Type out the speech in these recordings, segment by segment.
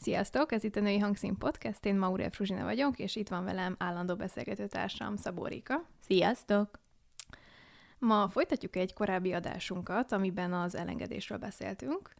Sziasztok! Ez itt a Női Hangszín Podcast, én Maurél Fruzsina vagyok, és itt van velem állandó beszélgetőtársam, Szabó Rika. Sziasztok! Ma folytatjuk egy korábbi adásunkat, amiben az elengedésről beszéltünk,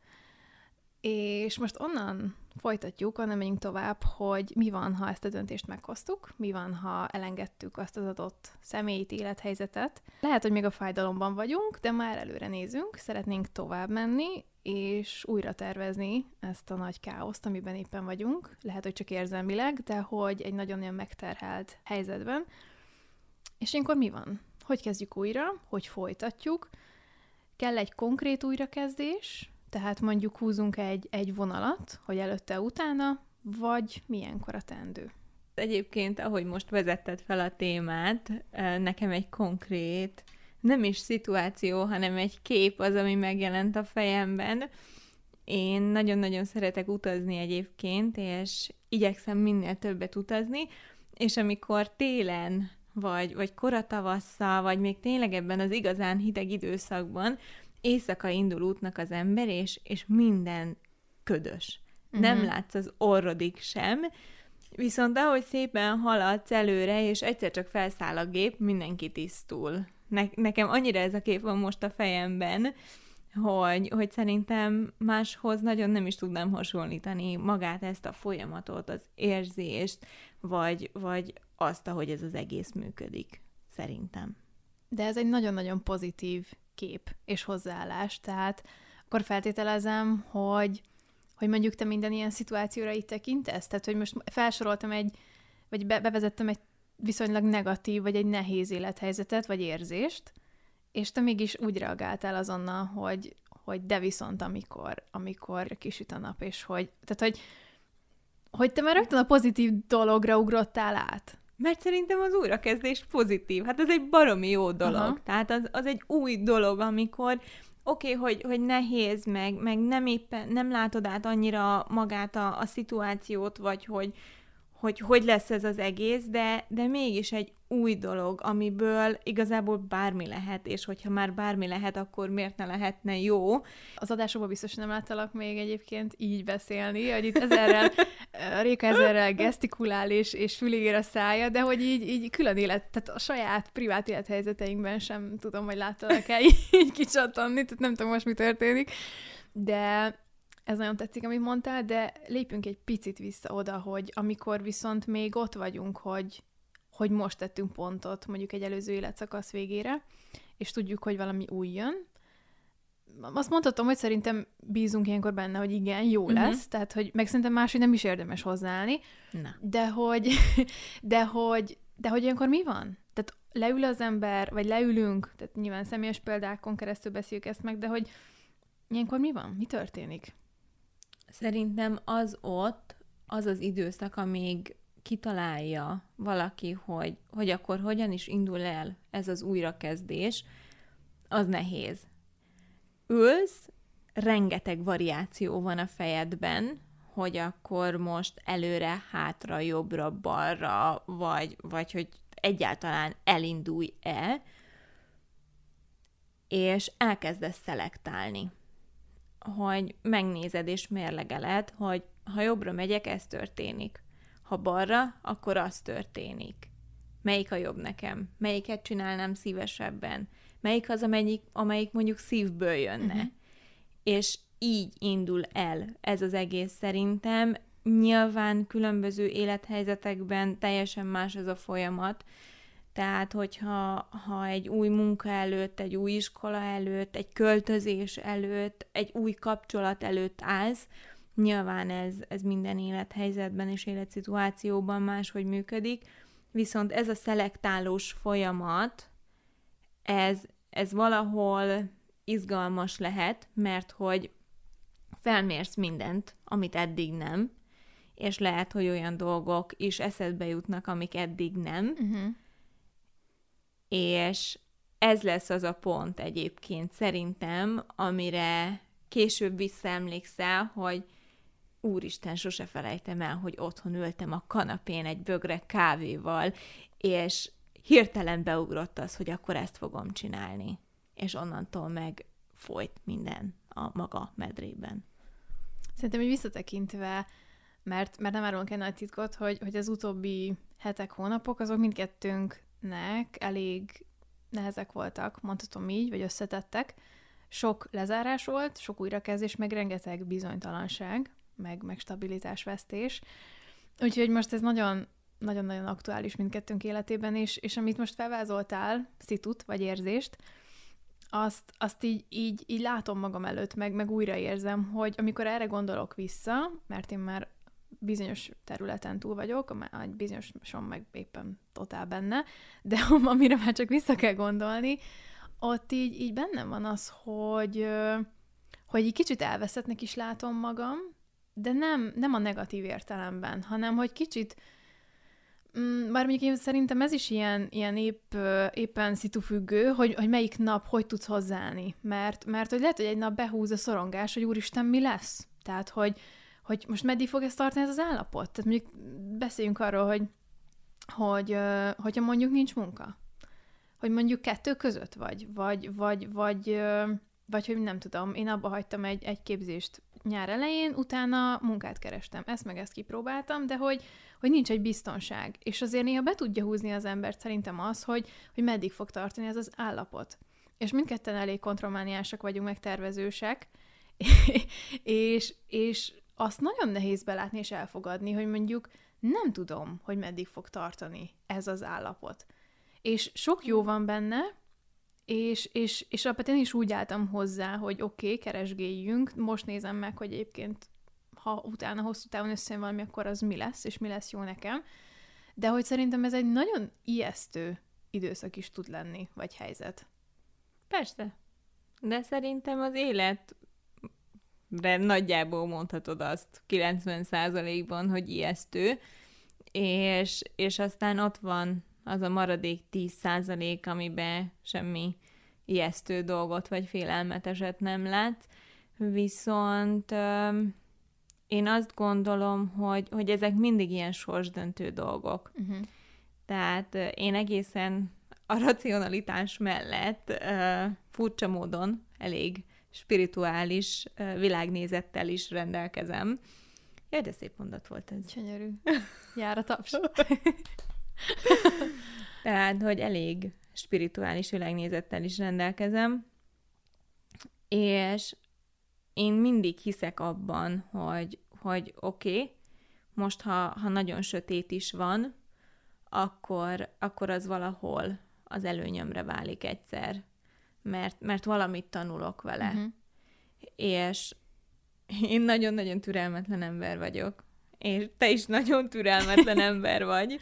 és most onnan megyünk tovább, hogy mi van, ha ezt a döntést meghoztuk, mi van, ha elengedtük azt az adott személyt, élethelyzetet. Lehet, hogy még a fájdalomban vagyunk, de már előre nézünk, szeretnénk tovább menni, és újra tervezni ezt a nagy káoszt, amiben éppen vagyunk. Lehet, hogy csak érzelmileg, de hogy egy nagyon-nagyon megterhelt helyzetben. És ilyenkor mi van? Hogy kezdjük újra? Hogy folytatjuk? Kell egy konkrét újrakezdés? Tehát mondjuk húzunk egy vonalat, hogy előtte-utána, vagy milyenkor a teendő? Egyébként, ahogy most vezetted fel a témát, nekem egy konkrét, nem is szituáció, hanem egy kép az, ami megjelent a fejemben. Én nagyon-nagyon szeretek utazni egyébként, és igyekszem minél többet utazni, és amikor télen, vagy koratavasszal, vagy még tényleg ebben az igazán hideg időszakban éjszaka indul útnak az ember, és minden ködös. Nem látsz az orrodig sem, viszont ahogy szépen haladsz előre, és egyszer csak felszáll a gép, mindenki tisztul. Nekem annyira ez a kép van most a fejemben, hogy szerintem máshoz nagyon nem is tudnám hasonlítani magát ezt a folyamatot, az érzést, vagy azt, ahogy ez az egész működik, szerintem. De ez egy nagyon-nagyon pozitív kép és hozzáállás, tehát akkor feltételezem, hogy mondjuk te minden ilyen szituációra így tekintesz? Tehát, hogy most felsoroltam vagy bevezettem egy viszonylag negatív, vagy egy nehéz élethelyzetet, vagy érzést, és te mégis úgy reagáltál azonnal, hogy de viszont amikor kisüt a nap, és hogy te már rögtön a pozitív dologra ugrottál át. Mert szerintem az újrakezdés pozitív. Hát ez egy baromi jó dolog. Aha. Tehát az egy új dolog, amikor oké, hogy nehéz, meg nem látod át annyira magát a szituációt, vagy hogy lesz ez az egész, de mégis egy új dolog, amiből igazából bármi lehet, és hogyha már bármi lehet, akkor miért ne lehetne jó? Az adásokban biztos nem láttalak még egyébként így beszélni, hogy itt Réka ezerrel gesztikulál, és fülig ér a szája, de hogy így külön tehát a saját privát élethelyzeteinkben sem tudom, hogy láttalak-e így kicsattanni, tehát nem tudom most, mi történik, de ez nagyon tetszik, amit mondtál, de lépjünk egy picit vissza oda, hogy amikor viszont még ott vagyunk, hogy most tettünk pontot mondjuk egy előző életszakasz végére, és tudjuk, hogy valami új jön. Azt mondhatom, hogy szerintem bízunk ilyenkor benne, hogy igen, jó lesz, tehát hogy meg szerintem máshogy nem is érdemes hozzáállni, de hogy ilyenkor mi van? Tehát leül az ember, vagy leülünk, tehát nyilván személyes példákon keresztül beszéljük ezt meg, de hogy ilyenkor mi van? Mi történik? Szerintem az az időszak, amíg kitalálja valaki, hogy akkor hogyan is indul el ez az újrakezdés, az nehéz. Ülsz, rengeteg variáció van a fejedben, hogy akkor most előre, hátra, jobbra, balra, vagy hogy egyáltalán elindulj-e, és elkezdesz szelektálni. Hogy megnézed és mérlegeled, hogy ha jobbra megyek, ez történik. Ha balra, akkor az történik. Melyik a jobb nekem? Melyiket csinálnám szívesebben? Melyik az, amelyik mondjuk szívből jönne? És így indul el ez az egész szerintem. Nyilván különböző élethelyzetekben teljesen más ez a folyamat. Tehát, hogyha egy új munka előtt, egy új iskola előtt, egy költözés előtt, egy új kapcsolat előtt állsz, nyilván ez minden élethelyzetben és életszituációban máshogy működik, viszont ez a szelektálós folyamat, ez valahol izgalmas lehet, mert hogy felmérsz mindent, amit eddig nem, és lehet, hogy olyan dolgok is eszedbe jutnak, amik eddig nem, és ez lesz az a pont egyébként szerintem, amire később visszaemlékszel, hogy úristen, sose felejtem el, hogy otthon ültem a kanapén egy bögre kávéval, és hirtelen beugrott az, hogy akkor ezt fogom csinálni. És onnantól meg folyt minden a maga medrében. Szerintem, hogy visszatekintve mert nem árulunk egy nagy titkot, hogy az utóbbi hetek, hónapok, azok mindkettőnknek elég nehezek voltak, mondhatom így, vagy összetettek. Sok lezárás volt, sok újrakezdés, meg rengeteg bizonytalanság, meg stabilitásvesztés. Úgyhogy most ez nagyon-nagyon aktuális mindkettőnk életében, és amit most felvázoltál, szitut, vagy érzést, azt így látom magam előtt, meg újra érzem, hogy amikor erre gondolok vissza, mert én már bizonyos területen túl vagyok, egy bizonyosan meg éppen totál benne, de amire már csak vissza kell gondolni, ott így bennem van az, hogy így kicsit elveszettnek is látom magam, de nem a negatív értelemben, hanem hogy kicsit, bár mondjuk én szerintem ez is ilyen éppen szitufüggő, hogy melyik nap hogy tudsz hozzáállni. Mert hogy lehet, hogy egy nap behúz a szorongás, hogy úristen, mi lesz? Tehát, hogy most meddig fog ezt tartani ez az állapot? Tehát mondjuk beszéljünk arról, hogyha mondjuk nincs munka. Hogy mondjuk 2 között vagy hogy nem tudom, én abba hagytam egy képzést nyár elején, utána munkát kerestem. Ezt meg ezt kipróbáltam, de hogy nincs egy biztonság. És azért néha be tudja húzni az embert szerintem az, hogy meddig fog tartani ez az állapot. És mindketten elég kontrollmániásak vagyunk, meg tervezősek, és azt nagyon nehéz belátni és elfogadni, hogy mondjuk nem tudom, hogy meddig fog tartani ez az állapot. És sok jó van benne, és alapvetően én is úgy álltam hozzá, hogy oké, keresgéljünk, most nézem meg, hogy egyébként ha utána hosszú távon összejön valami, akkor az mi lesz, és mi lesz jó nekem. De hogy szerintem ez egy nagyon ijesztő időszak is tud lenni, vagy helyzet. Persze. De szerintem az életre nagyjából mondhatod azt 90%-ban, hogy ijesztő, és aztán ott van az a maradék 10%, amiben semmi ijesztő dolgot vagy félelmeteset nem látsz. Viszont én azt gondolom, hogy ezek mindig ilyen sorsdöntő dolgok. Uh-huh. Tehát én egészen a racionalitás mellett furcsa módon elég spirituális világnézettel is rendelkezem. Jaj, de szép mondat volt ez. Gyönyörű. Jár a taps. Tehát, hogy elég spirituális világnézettel is rendelkezem, és én mindig hiszek abban, hogy oké, most ha nagyon sötét is van, akkor az valahol az előnyömre válik egyszer, mert valamit tanulok vele. Uh-huh. És én nagyon-nagyon türelmetlen ember vagyok, és te is nagyon türelmetlen ember vagy.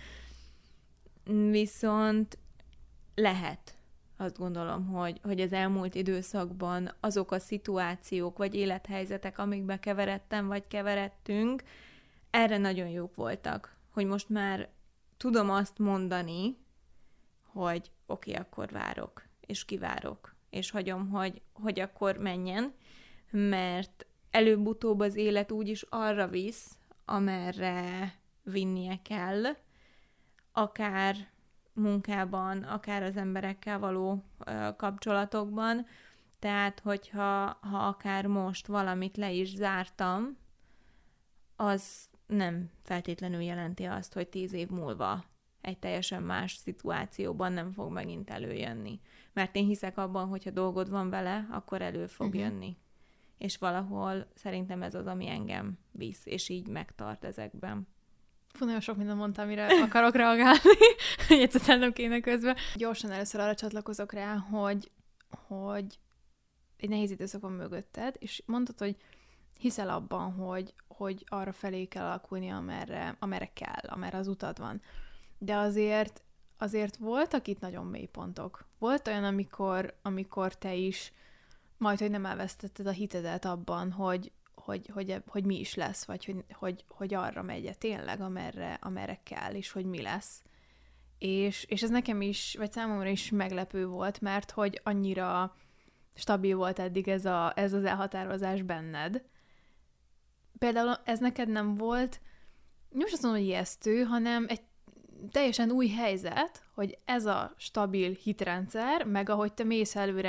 Viszont lehet, azt gondolom, hogy az elmúlt időszakban azok a szituációk vagy élethelyzetek, amikbe keveredtem vagy keveredtünk, erre nagyon jók voltak. Hogy most már tudom azt mondani, hogy oké, akkor várok, és kivárok, és hagyom, hogy akkor menjen, mert előbb-utóbb az élet úgyis arra visz, amerre vinnie kell, akár munkában, akár az emberekkel való kapcsolatokban. Tehát, hogyha akár most valamit le is zártam, az nem feltétlenül jelenti azt, hogy 10 év múlva egy teljesen más szituációban nem fog megint előjönni. Mert én hiszek abban, hogyha dolgod van vele, akkor elő fog jönni. És valahol szerintem ez az, ami engem visz, és így megtart ezekben. Nagyon sok minden mondtam, amire akarok reagálni, hogy egyszer nem kéne közben. Gyorsan először arra csatlakozok rá, hogy egy nehéz időszak van mögötted, és mondtad, hogy hiszel abban, hogy arra felé kell alakulni, amerre kell, amerre az utad van. De azért voltak itt nagyon mély pontok. Volt olyan, amikor te is majdhogy nem elvesztetted a hitedet abban, hogy mi is lesz, vagy hogy arra megye tényleg, amerre kell, és hogy mi lesz. És ez nekem is, vagy számomra is meglepő volt, mert hogy annyira stabil volt eddig ez az elhatározás benned. Például ez neked nem volt, nem azt mondom, hogy ijesztő, hanem egy teljesen új helyzet, hogy ez a stabil hitrendszer, meg ahogy te mész előre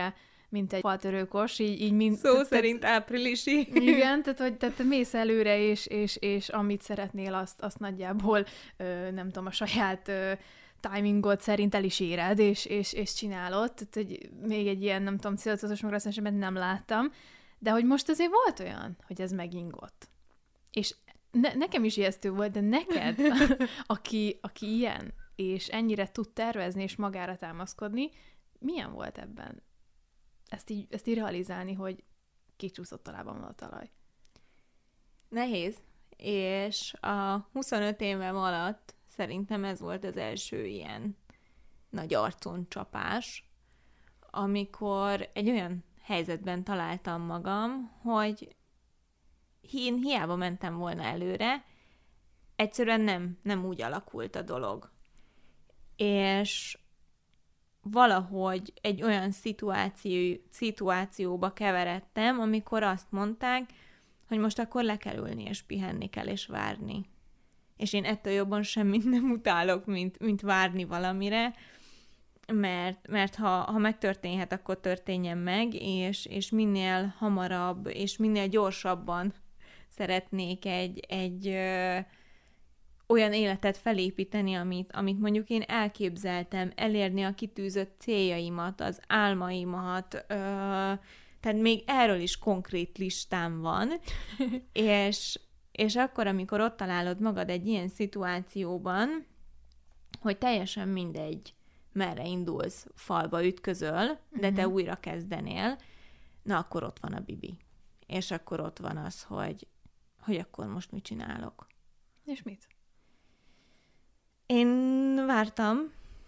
mint egy faltörőkos, így mind... Szó szerint áprilisi. Igen, tehát mész előre, és amit szeretnél, azt nagyjából, nem tudom, a saját timingod szerint el is éred, és csinálod. Tehát, hogy még egy ilyen, nem tudom, céltudatos megrászásomat nem láttam, de hogy most azért volt olyan, hogy ez megingott. És nekem is ijesztő volt, de neked, aki ilyen, és ennyire tud tervezni, és magára támaszkodni, milyen volt ebben? Ezt így realizálni, hogy kicsúszott a lábamon a talaj. Nehéz. És a 25 évem alatt szerintem ez volt az első ilyen nagy arcon csapás, amikor egy olyan helyzetben találtam magam, hogy én hiába mentem volna előre, egyszerűen nem úgy alakult a dolog. És valahogy egy olyan szituációba keveredtem, amikor azt mondták, hogy most akkor le kell ülni, és pihenni kell, és várni. És én ettől jobban semmit nem utálok, mint várni valamire, mert ha megtörténhet, akkor történjen meg, és minél hamarabb, és minél gyorsabban szeretnék egy olyan életet felépíteni, amit mondjuk én elképzeltem, elérni a kitűzött céljaimat, az álmaimat, tehát még erről is konkrét listám van, és akkor, amikor ott találod magad egy ilyen szituációban, hogy teljesen mindegy, merre indulsz, falba ütközöl, de te újra kezdenél, na akkor ott van a Bibi. És akkor ott van az, hogy akkor most mit csinálok. És mit? Én vártam,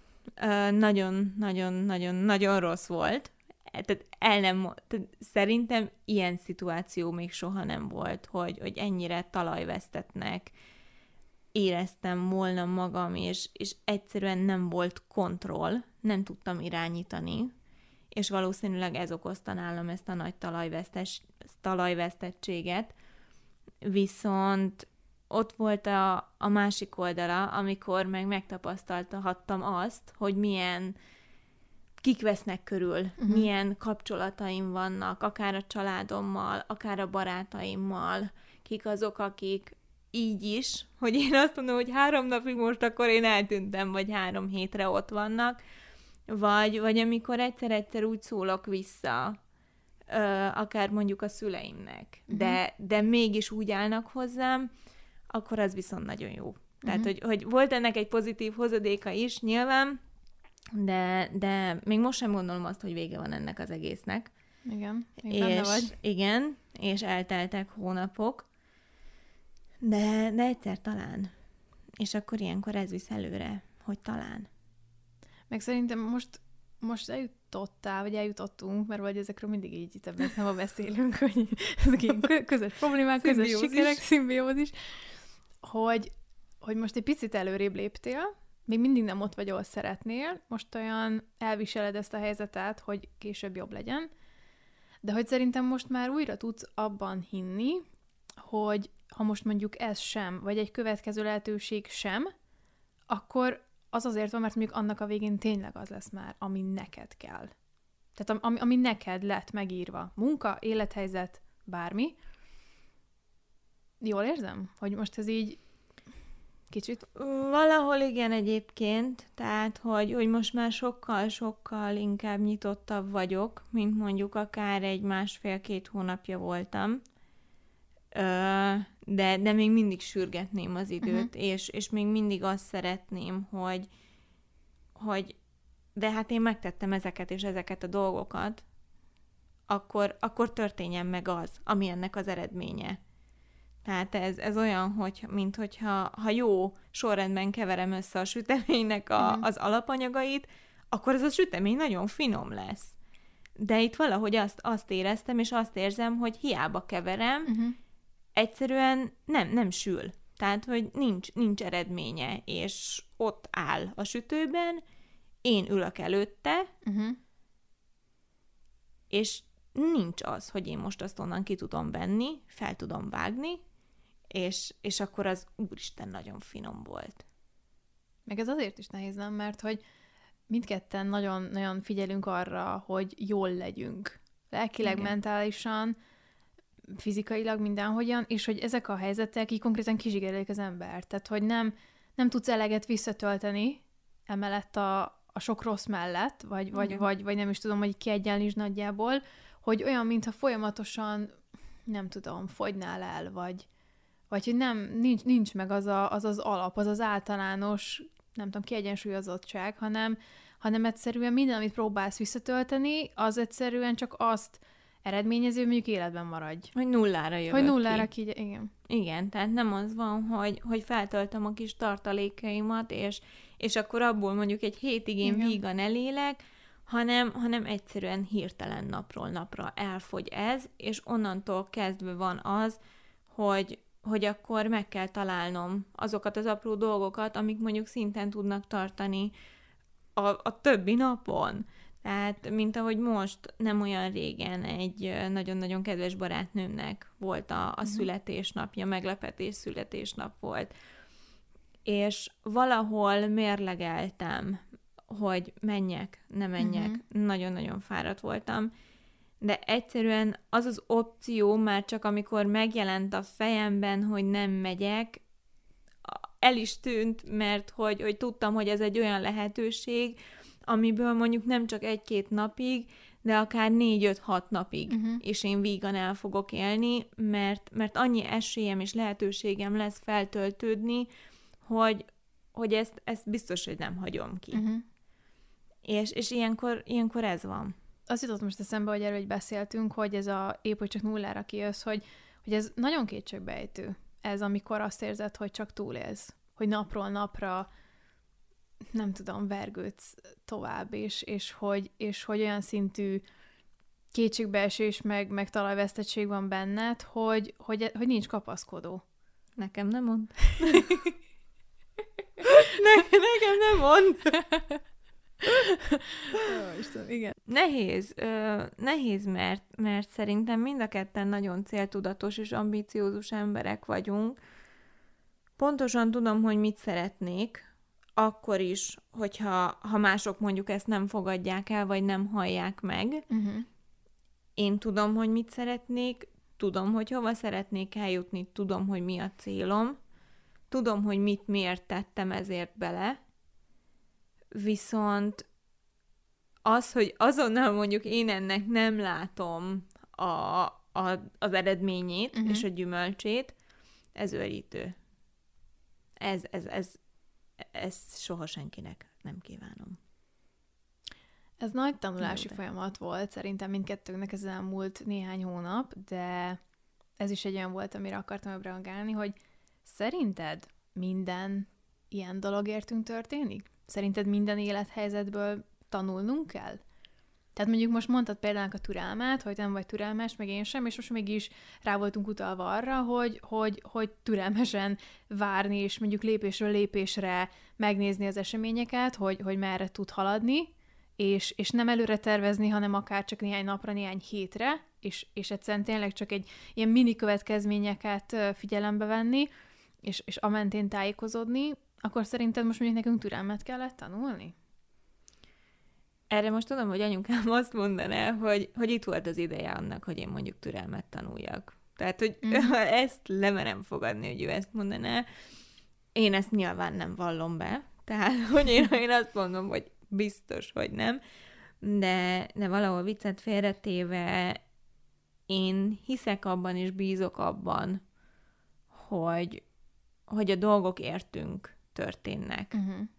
nagyon-nagyon-nagyon rossz volt. Tehát szerintem ilyen szituáció még soha nem volt, hogy ennyire talajvesztetnek éreztem volna magam, és egyszerűen nem volt kontroll, nem tudtam irányítani, és valószínűleg ez okozta nálam ezt a nagy talajvesztettséget. Viszont ott volt a másik oldala, amikor meg megtapasztalhattam azt, hogy kik vesznek körül, milyen kapcsolataim vannak, akár a családommal, akár a barátaimmal, kik azok, akik így is, hogy én azt mondom, hogy 3 napig most akkor én eltűntem, vagy 3 hétre ott vannak, vagy amikor egyszer úgy szólok vissza, akár mondjuk a szüleimnek, de mégis úgy állnak hozzám, akkor az viszont nagyon jó. Tehát, hogy volt ennek egy pozitív hozadéka is, nyilván, de még most sem gondolom azt, hogy vége van ennek az egésznek. Igen, még benne vagy. Igen, és elteltek hónapok, de egyszer talán. És akkor ilyenkor ez visz előre, hogy talán. Meg szerintem most eljutottunk, mert vagy ezekről mindig így itt ebben nem beszélünk, hogy ezek ilyen közös problémák, közös sikerek, szimbiózis, hogy most egy picit előrébb léptél, még mindig nem ott vagy, ahol szeretnél, most olyan elviseled ezt a helyzetet, hogy később jobb legyen, de hogy szerintem most már újra tudsz abban hinni, hogy ha most mondjuk ez sem, vagy egy következő lehetőség sem, akkor az azért van, mert mondjuk annak a végén tényleg az lesz már, ami neked kell. Tehát ami neked lett megírva. Munka, élethelyzet, bármi. Jól érzem? Hogy most ez így kicsit... Valahol igen egyébként, tehát, hogy most már sokkal inkább nyitottabb vagyok, mint mondjuk akár egy 1,5-2 hónapja voltam. De még mindig sürgetném az időt, és még mindig azt szeretném, hogy de hát én megtettem ezeket és ezeket a dolgokat, akkor történjen meg az, ami ennek az eredménye. Tehát ez olyan, mint hogyha jó sorrendben keverem össze a süteménynek az alapanyagait, akkor ez a sütemény nagyon finom lesz. De itt valahogy azt éreztem, és azt érzem, hogy hiába keverem, egyszerűen nem sül. Tehát, hogy nincs eredménye, és ott áll a sütőben, én ülök előtte, és nincs az, hogy én most azt onnan ki tudom venni, fel tudom vágni, és akkor az úristen nagyon finom volt. Meg ez azért is nehéz, nem? Mert hogy mindketten nagyon-nagyon figyelünk arra, hogy jól legyünk. Lelkileg, Igen. mentálisan, fizikailag, mindenhogyan, és hogy ezek a helyzetek így konkrétan kizsigerelik az embert. Tehát, hogy nem tudsz eleget visszatölteni emellett a sok rossz mellett, vagy nem is tudom, hogy kiegyenlítsd nagyjából, hogy olyan, mintha folyamatosan, nem tudom, fogynál el, vagy hogy nincs meg az alap, az általános, nem tudom, kiegyensúlyozottság, hanem egyszerűen minden, amit próbálsz visszatölteni, az egyszerűen csak azt eredményező, hogy mondjuk életben maradj. Hogy nullára jövök Hogy nullára igen. Igen, tehát nem az van, hogy feltöltöm a kis tartalékaimat, és akkor abból mondjuk egy hétig én vígan elélek, hanem egyszerűen hirtelen napról napra elfogy ez, és onnantól kezdve van az, hogy akkor meg kell találnom azokat az apró dolgokat, amik mondjuk szinten tudnak tartani a többi napon. Tehát, mint ahogy most, nem olyan régen egy nagyon-nagyon kedves barátnőmnek volt a születésnapja, meglepetés születésnap volt. És valahol mérlegeltem, hogy menjek, ne menjek. Nagyon-nagyon fáradt voltam. De egyszerűen az az opció már csak amikor megjelent a fejemben, hogy nem megyek, el is tűnt, mert hogy tudtam, hogy ez egy olyan lehetőség, amiből mondjuk nem csak 1-2 napig, de akár 4-5-6 napig és én vígan el fogok élni, mert annyi esélyem és lehetőségem lesz feltöltődni, hogy ezt biztos, hogy nem hagyom ki. És ilyenkor ez van. Az jutott most eszembe, hogy erről így beszéltünk, hogy ez épp, hogy csak nullára kijössz, hogy ez nagyon kétségbejtő. Ez, amikor azt érzed, hogy csak túlélsz. Hogy napról napra, nem tudom, vergődsz tovább, és hogy olyan szintű kétségbeesés, meg talajvesztettség van benned, hogy nincs kapaszkodó. Nekem nem mond. Nekem nem mond. Isten, igen. Nehéz, mert szerintem mind a ketten nagyon céltudatos és ambiciózus emberek vagyunk. Pontosan tudom, hogy mit szeretnék, akkor is, hogyha mások mondjuk ezt nem fogadják el, vagy nem hallják meg. Én tudom, hogy mit szeretnék, tudom, hogy hova szeretnék eljutni, tudom, hogy mi a célom, tudom, hogy miért tettem ezért bele, viszont az, hogy azonnal mondjuk én ennek nem látom az eredményét és a gyümölcsét, ez őrítő. Ez soha senkinek nem kívánom. Ez nagy tanulási folyamat volt, szerintem mindkettőnknek ez elmúlt néhány hónap, de ez is egy olyan volt, amire akartam reagálni, hogy szerinted minden ilyen dologértünk történik? Szerinted minden élethelyzetből tanulnunk kell? Tehát mondjuk most mondtad például a türelmet, hogy nem vagy türelmes, meg én sem, és most mégis rá voltunk utalva arra, hogy türelmesen várni, és mondjuk lépésről lépésre megnézni az eseményeket, hogy merre tud haladni, és nem előre tervezni, hanem akár csak néhány napra, néhány hétre, és egyszerűen tényleg csak egy ilyen mini következményeket figyelembe venni, és amentén tájékozódni, akkor szerinted most mondjuk nekünk türelmet kellett tanulni? Erre most tudom, hogy anyukám azt mondaná, hogy itt volt az ideje annak, hogy én mondjuk türelmet tanuljak. Tehát, hogy ezt lemerem fogadni, hogy ő ezt mondaná. Én ezt nyilván nem vallom be. Tehát, hogy én azt mondom, hogy biztos, hogy nem. De valahol viccet félretéve én hiszek abban és bízok abban, hogy a dolgok értünk történnek.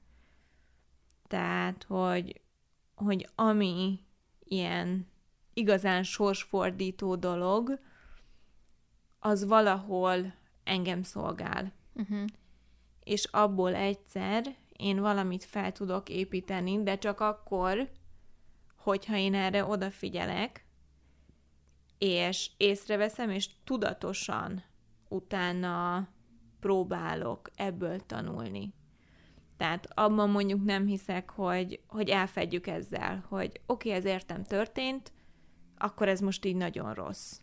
Tehát, hogy ami ilyen igazán sorsfordító dolog, az valahol engem szolgál. És abból egyszer én valamit fel tudok építeni, de csak akkor, hogyha én erre odafigyelek, és észreveszem, és tudatosan utána próbálok ebből tanulni. Tehát abban mondjuk nem hiszek, hogy elfedjük ezzel, hogy oké, ez értem történt, akkor ez most így nagyon rossz.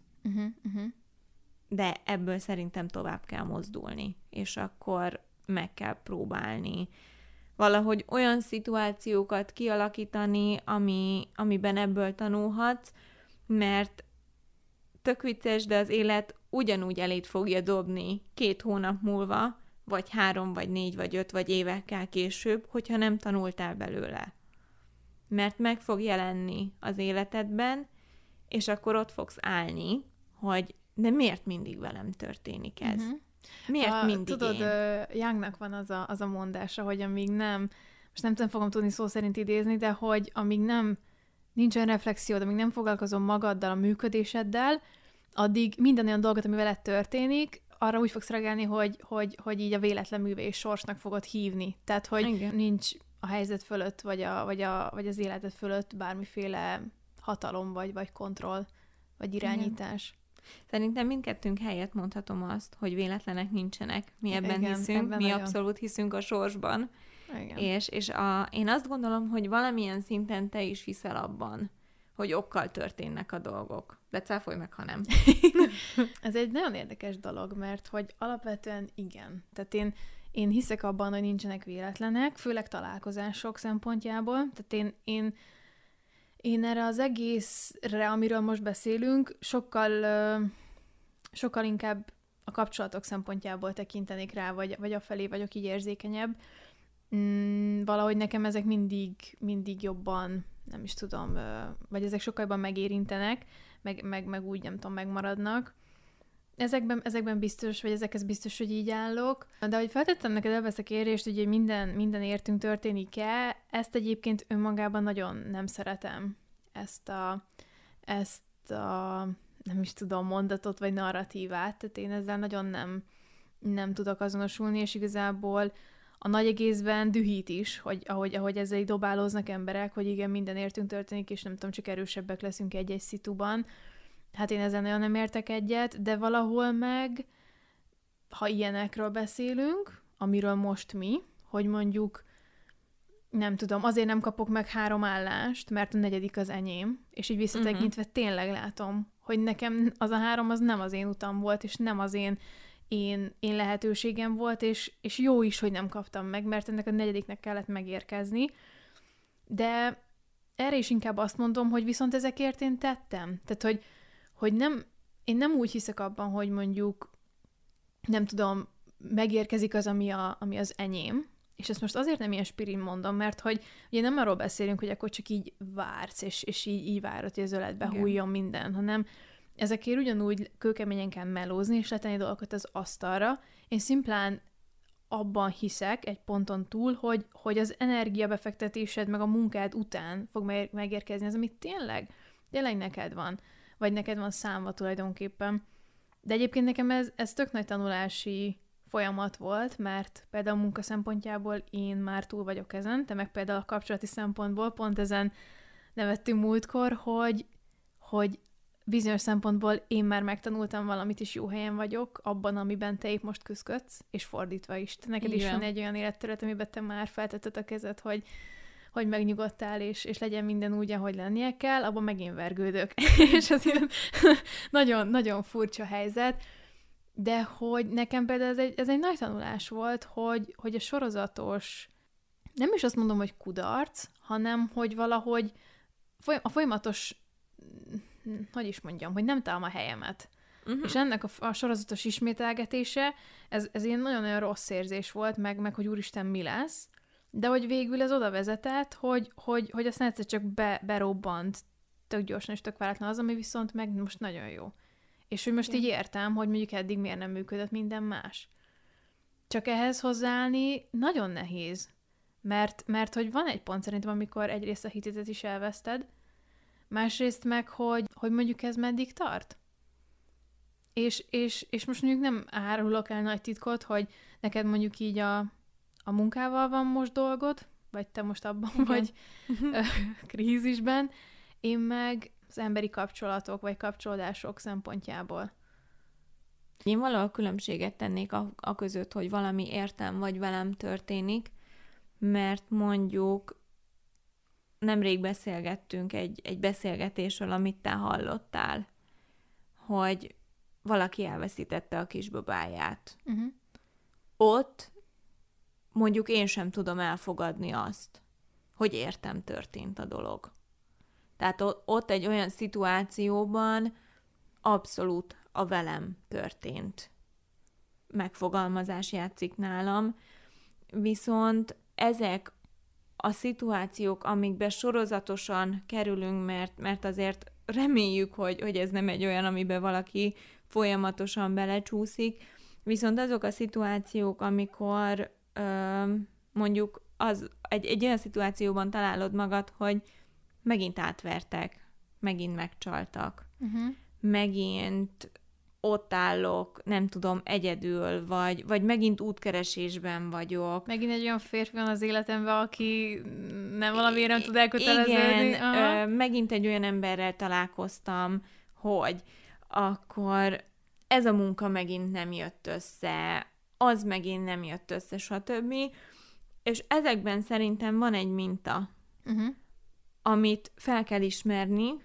De ebből szerintem tovább kell mozdulni, és akkor meg kell próbálni valahogy olyan szituációkat kialakítani, amiben ebből tanulhatsz, mert tök vicces, de az élet ugyanúgy eléd fogja dobni 2 hónap múlva, vagy 3, vagy 4, vagy 5, vagy évekkel később, hogyha nem tanultál belőle. Mert meg fog jelenni az életedben, és akkor ott fogsz állni, hogy de miért mindig velem történik ez? Miért mindig tudod, én? Youngnak van az a mondása, hogy amíg nem, most nem fogom tudni szó szerint idézni, de hogy amíg nincsen reflexiód, amíg nem foglalkozom magaddal, a működéseddel, addig minden olyan dolgot, ami veled történik, arra úgy fogsz reagálni, hogy így a véletlen művés sorsnak fogod hívni. Tehát, hogy Igen. nincs a helyzet fölött, vagy az életed fölött bármiféle hatalom, vagy kontroll, vagy irányítás. Igen. Szerintem mindkettőnk helyett mondhatom azt, hogy véletlenek nincsenek. Mi ebben Igen, hiszünk, ebben mi nagyon. Abszolút hiszünk a sorsban. Igen. És én azt gondolom, hogy valamilyen szinten te is hiszel abban, hogy okkal történnek a dolgok. De cáfolj meg, ha nem. Ez egy nagyon érdekes dolog, mert hogy alapvetően igen. Tehát én hiszek abban, hogy nincsenek véletlenek, főleg találkozások szempontjából. Tehát én erre az egészre, amiről most beszélünk, sokkal inkább a kapcsolatok szempontjából tekintenék rá, vagy afelé vagyok így érzékenyebb. Valahogy nekem ezek mindig jobban, nem is tudom, vagy ezek sokkal jobban megérintenek, meg úgy, nem tudom, megmaradnak. Ezekben biztos, vagy ezekhez biztos, hogy így állok. De hogy feltettem neked ebbe ezt a kérdést, hogy minden értünk történik-e, ezt egyébként önmagában nagyon nem szeretem. Ezt a nem is tudom, mondatot, vagy narratívát. Tehát én ezzel nagyon nem tudok azonosulni, és igazából a nagy egészben dühít is, hogy ahogy ezzel így dobálóznak emberek, hogy igen, minden értünk történik, és nem tudom, csak erősebbek leszünk egy-egy szituban. Hát én ezzel nagyon nem értek egyet, de valahol meg, ha ilyenekről beszélünk, amiről most mi, hogy mondjuk, nem tudom, azért nem kapok meg 3 állást, mert a 4. az enyém, és így visszatekintve tényleg látom, hogy nekem az a 3 az nem az én utam volt, és nem az én lehetőségem volt, és jó is, hogy nem kaptam meg, mert ennek a 4. kellett megérkezni. De erre is inkább azt mondom, hogy viszont ezekért én tettem. Tehát, hogy én nem úgy hiszek abban, hogy mondjuk, nem tudom, megérkezik az, ami az enyém, és ezt most azért nem ilyen spirin mondom, mert hogy ugye nem arról beszélünk, hogy akkor csak így vársz, és így várod, hogy az öletbe hújjon minden, hanem ezekért ugyanúgy kőkeményen kell melózni, és letenni dolgokat az asztalra. Én szimplán abban hiszek egy ponton túl, hogy az energiabefektetésed meg a munkád után fog megérkezni az, amit tényleg neked van, vagy neked van számva tulajdonképpen. De egyébként nekem ez tök nagy tanulási folyamat volt, mert például a munka szempontjából én már túl vagyok ezen, te meg például a kapcsolati szempontból pont ezen nevettünk múltkor, hogy bizonyos szempontból én már megtanultam valamit, és jó helyen vagyok abban, amiben te épp most küzdködsz, és fordítva is. Te neked is van egy olyan életterület, amiben te már feltetted a kezed, hogy megnyugodtál, és legyen minden úgy, ahogy lennie kell, abban megint vergődök. És az ilyen nagyon furcsa helyzet, de hogy nekem például ez egy nagy tanulás volt, hogy a sorozatos, nem is azt mondom, hogy kudarc, hanem hogy valahogy a folyamatos, hogy is mondjam, hogy nem találom a helyemet. És ennek a sorozatos ismételgetése, ez ilyen nagyon-nagyon rossz érzés volt, meg hogy úristen, mi lesz, de hogy végül ez oda vezetett, hogy aztán egyszer csak berobbant tök gyorsan és tök váratlan az, ami viszont meg most nagyon jó. És hogy most így értem, hogy mondjuk eddig miért nem működött minden más. Csak ehhez hozzáállni nagyon nehéz. Mert hogy van egy pont szerintem, amikor egyrészt a hitedet is elveszted, másrészt meg, hogy mondjuk ez meddig tart. És most mondjuk nem árulok el nagy titkot, hogy neked mondjuk így a munkával van most dolgod, vagy te most abban vagy krízisben, én meg az emberi kapcsolatok, vagy kapcsolódások szempontjából. Én valahol különbséget tennék a között, hogy valami értem, vagy velem történik, mert mondjuk nemrég beszélgettünk egy beszélgetésről, amit te hallottál, hogy valaki elveszítette a kisbabáját. Ott mondjuk én sem tudom elfogadni azt, hogy értem történt a dolog. Tehát ott egy olyan szituációban abszolút a velem történt megfogalmazás játszik nálam, viszont ezek a szituációk, amikbe sorozatosan kerülünk, mert azért reméljük, hogy ez nem egy olyan, amiben valaki folyamatosan belecsúszik, viszont azok a szituációk, amikor mondjuk egy olyan szituációban találod magad, hogy megint átvertek, megint megcsaltak, megint ott állok, nem tudom, egyedül, vagy megint útkeresésben vagyok. Megint egy olyan férfi van az életemben, aki nem valamiért nem tud elköteleződni. Igen, megint egy olyan emberrel találkoztam, hogy akkor ez a munka megint nem jött össze, az megint nem jött össze, stb. És ezekben szerintem van egy minta, amit fel kell ismerni,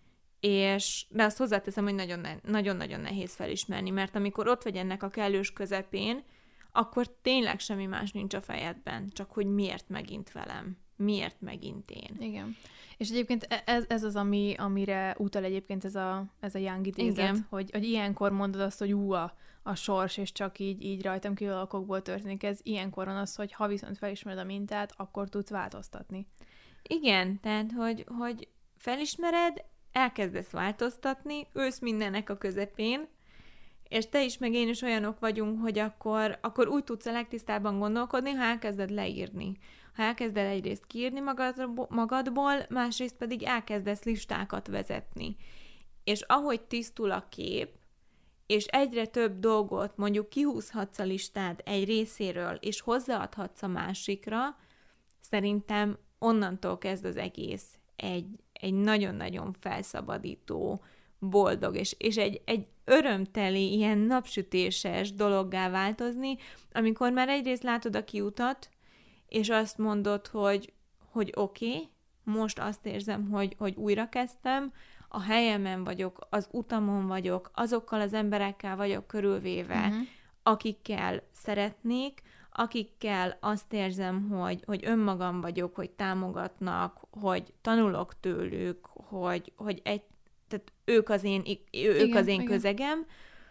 de azt hozzáteszem, hogy nagyon-nagyon nehéz felismerni, mert amikor ott vagy ennek a kellős közepén, akkor tényleg semmi más nincs a fejedben, csak hogy miért megint velem, miért megint én. Igen. És egyébként ez az, amire utal egyébként ez a Young idézet, hogy ilyenkor mondod azt, hogy a sors, és csak így rajtam kívül alakokból történik. Ez ilyenkor van az, hogy ha viszont felismered a mintát, akkor tudsz változtatni. Igen, tehát, hogy felismered, elkezdesz változtatni, ülsz mindennek a közepén, és te is, meg én is olyanok vagyunk, hogy akkor úgy tudsz a legtisztábban gondolkodni, ha elkezded leírni. Ha elkezded egyrészt kiírni magadból, másrészt pedig elkezdesz listákat vezetni. És ahogy tisztul a kép, és egyre több dolgot mondjuk kihúzhatsz a listád egy részéről, és hozzáadhatsz a másikra, szerintem onnantól kezd az egész egy nagyon-nagyon felszabadító, boldog, és egy örömteli, ilyen napsütéses dologgá változni, amikor már egyrészt látod a kiutat, és azt mondod, hogy oké, most azt érzem, hogy újra kezdtem, a helyemen vagyok, az utamon vagyok, azokkal az emberekkel vagyok körülvéve, akikkel szeretnék, akikkel azt érzem, hogy önmagam vagyok, hogy támogatnak, hogy tanulok tőlük, hogy tehát ők az én közegem,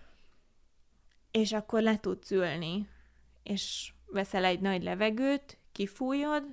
és akkor le tudsz ülni, és veszel egy nagy levegőt, kifújod,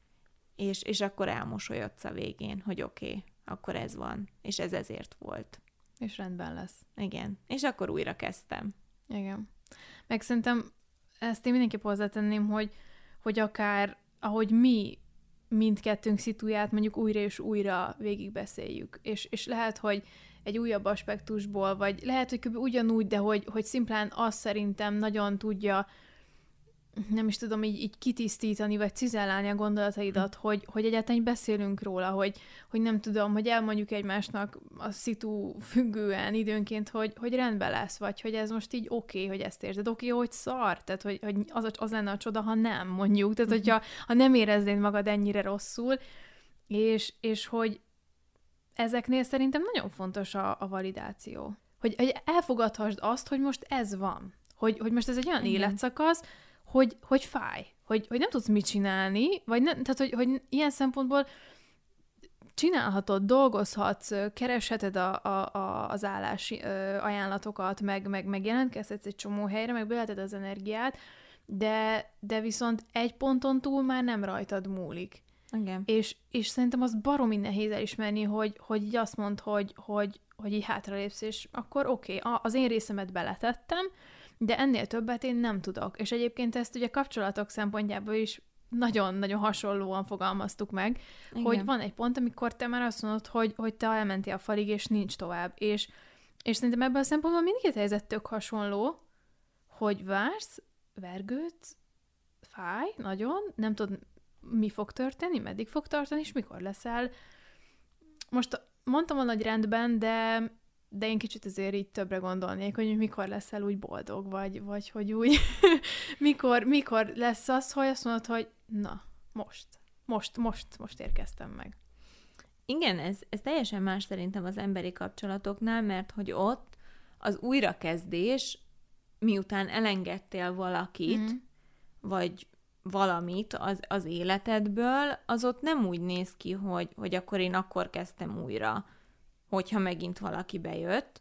és akkor elmosolyodsz a végén, hogy oké, akkor ez van, és ez ezért volt. És rendben lesz. Igen, és akkor újra kezdtem. Igen. Meg szerintem ezt én mindenképp hozzátenném, hogy akár, ahogy mi mindkettőnk szituját mondjuk újra és újra végigbeszéljük. És lehet, hogy egy újabb aspektusból, vagy lehet, hogy kb. Ugyanúgy, de hogy szimplán azt szerintem nagyon tudja, nem is tudom, így kitisztítani, vagy cizellálni a gondolataidat, hogy egyáltalán beszélünk róla, hogy nem tudom, hogy elmondjuk egymásnak a szitu függően időnként, hogy rendben lesz, vagy hogy ez most így oké, hogy ezt érzed, oké, hogy szar, tehát hogy az lenne a csoda, ha nem, mondjuk, tehát hogyha nem éreznéd magad ennyire rosszul, és hogy ezeknél szerintem nagyon fontos a validáció. Hogy elfogadhassd azt, hogy most ez van. Hogy most ez egy olyan életszakasz, hogy fáj, hogy nem tudsz mit csinálni, vagy nem, tehát hogy ilyen szempontból csinálhatod, dolgozhatsz, keresheted az állási ajánlatokat, meg jelentkezhetsz egy csomó helyre, meg beheted az energiát, de viszont egy ponton túl már nem rajtad múlik. Igen. És szerintem az baromi nehéz elismerni, hogy így azt mondd, hogy így hátralépsz, és akkor oké, az én részemet beletettem, de ennél többet én nem tudok. És egyébként ezt ugye kapcsolatok szempontjából is nagyon-nagyon hasonlóan fogalmaztuk meg, igen, hogy van egy pont, amikor te már azt mondod, hogy te elmentél a falig, és nincs tovább. És szerintem ebben a szempontból mindkét helyzet tök hasonló, hogy vársz, vergődsz, fáj, nagyon, nem tudod, mi fog történni, meddig fog tartani, és mikor leszel. Most mondtam a nagy rendben, de én kicsit azért így többre gondolnék, hogy mikor leszel úgy boldog, vagy hogy úgy mikor lesz az, hogy azt mondod, hogy na, most érkeztem meg. Igen, ez teljesen más szerintem az emberi kapcsolatoknál, mert hogy ott az újrakezdés, miután elengedtél valakit, vagy valamit az életedből, az ott nem úgy néz ki, hogy akkor én akkor kezdtem újra, hogyha megint valaki bejött,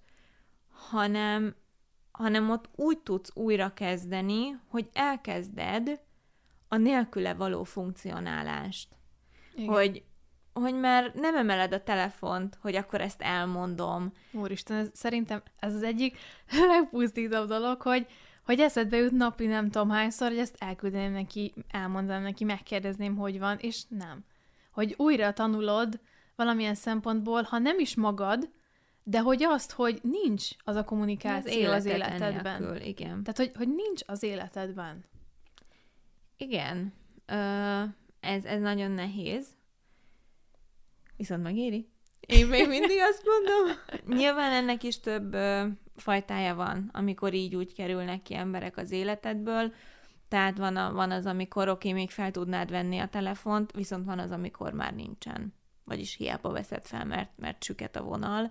hanem ott úgy tudsz újra kezdeni, hogy elkezded a nélküle való funkcionálást. Hogy már nem emeled a telefont, hogy akkor ezt elmondom. Úristen, szerintem ez az egyik legpusztítóbb dolog, hogy eszedbe jut napi nem tudom hányszor, hogy ezt elküldeném neki, elmondanám neki, megkérdezném, hogy van, és nem. Hogy újra tanulod valamilyen szempontból, ha nem is magad, de hogy azt, hogy nincs az a kommunikáció az életedben. Nélkül, igen. Tehát, hogy nincs az életedben. Igen. Ez nagyon nehéz. Viszont megéri. Én még mindig azt mondom. Nyilván ennek is több fajtája van, amikor így úgy kerülnek ki emberek az életedből. Tehát van az, amikor oké, még fel tudnád venni a telefont, viszont van az, amikor már nincsen. Vagyis hiába veszed fel, mert süket a vonal.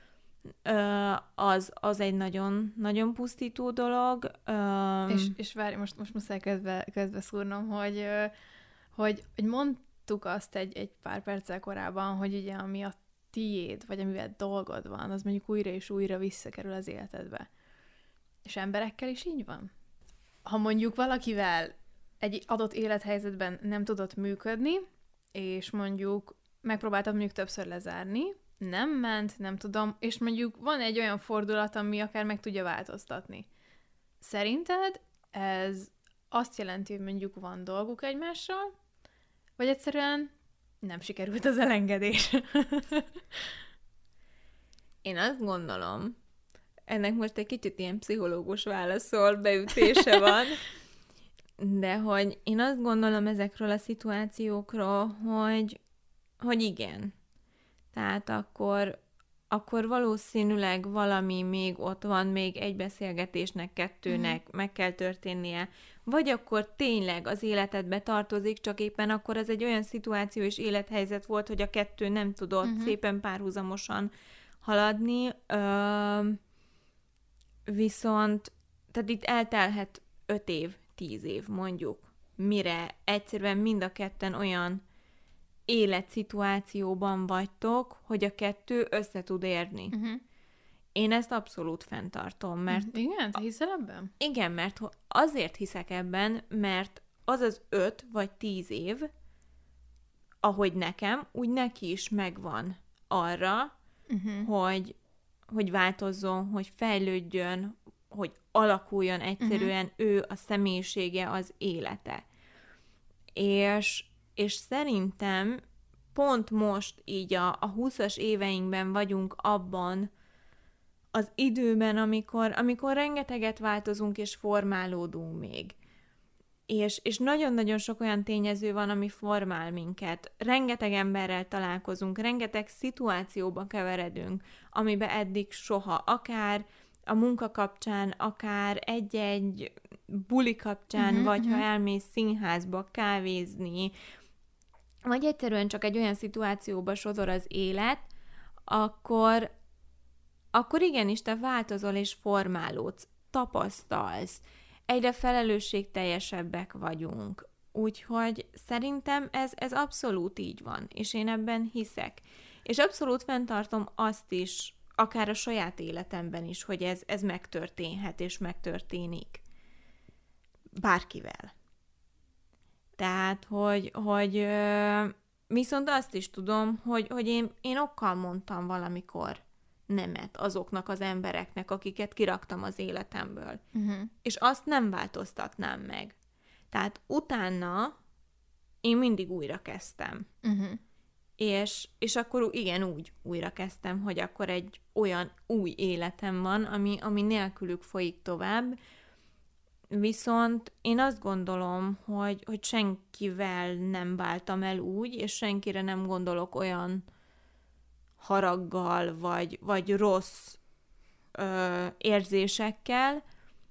Az egy nagyon, nagyon pusztító dolog. És várj, most muszáj közbe szúrnom, hogy mondtuk azt egy pár perccel korábban, hogy ugye ami a tiéd, vagy amivel dolgod van, az mondjuk újra és újra visszakerül az életedbe. És emberekkel is így van. Ha mondjuk valakivel egy adott élethelyzetben nem tudott működni, és mondjuk megpróbáltad mondjuk többször lezárni, nem ment, nem tudom, és mondjuk van egy olyan fordulat, ami akár meg tudja változtatni. Szerinted ez azt jelenti, hogy mondjuk van dolguk egymással, vagy egyszerűen nem sikerült az elengedés? Én azt gondolom, ennek most egy kicsit ilyen pszichológus válaszol, beütése van, de hogy én azt gondolom ezekről a szituációkról, hogy igen. Tehát akkor valószínűleg valami még ott van, még egy beszélgetésnek, kettőnek meg kell történnie, vagy akkor tényleg az életedbe tartozik, csak éppen akkor ez egy olyan szituáció és élethelyzet volt, hogy a kettő nem tudott szépen párhuzamosan haladni, viszont, tehát itt eltelhet 5 év, 10 év mondjuk, mire egyszerűen mind a ketten olyan életszituációban vagytok, hogy a kettő össze tud érni. Én ezt abszolút fenntartom, mert... Igen? Te hiszel ebben? Igen, mert azért hiszek ebben, mert az az 5 vagy 10 év, ahogy nekem, úgy neki is megvan arra, hogy változzon, hogy fejlődjön, hogy alakuljon egyszerűen ő, a személyisége, az élete. És szerintem pont most így a 20-as éveinkben vagyunk abban az időben, amikor rengeteget változunk és formálódunk még. És nagyon-nagyon sok olyan tényező van, ami formál minket. Rengeteg emberrel találkozunk, rengeteg szituációba keveredünk, amiben eddig soha, akár a munka kapcsán, akár egy-egy buli kapcsán, vagy ha elmész színházba kávézni, vagy egyszerűen csak egy olyan szituációba sodor az élet, akkor igenis te változol és formálódsz, tapasztalsz, egyre felelősségteljesebbek vagyunk. Úgyhogy szerintem ez abszolút így van, és én ebben hiszek. És abszolút fenntartom azt is, akár a saját életemben is, hogy ez megtörténhet és megtörténik. Bárkivel. Tehát, hogy viszont azt is tudom, hogy én okkal mondtam valamikor nemet azoknak az embereknek, akiket kiraktam az életemből. És azt nem változtatnám meg. Tehát utána én mindig újra kezdtem. És akkor igen, úgy újra kezdtem, hogy akkor egy olyan új életem van, ami nélkülük folyik tovább. Viszont én azt gondolom, hogy senkivel nem váltam el úgy, és senkire nem gondolok olyan haraggal, vagy rossz érzésekkel,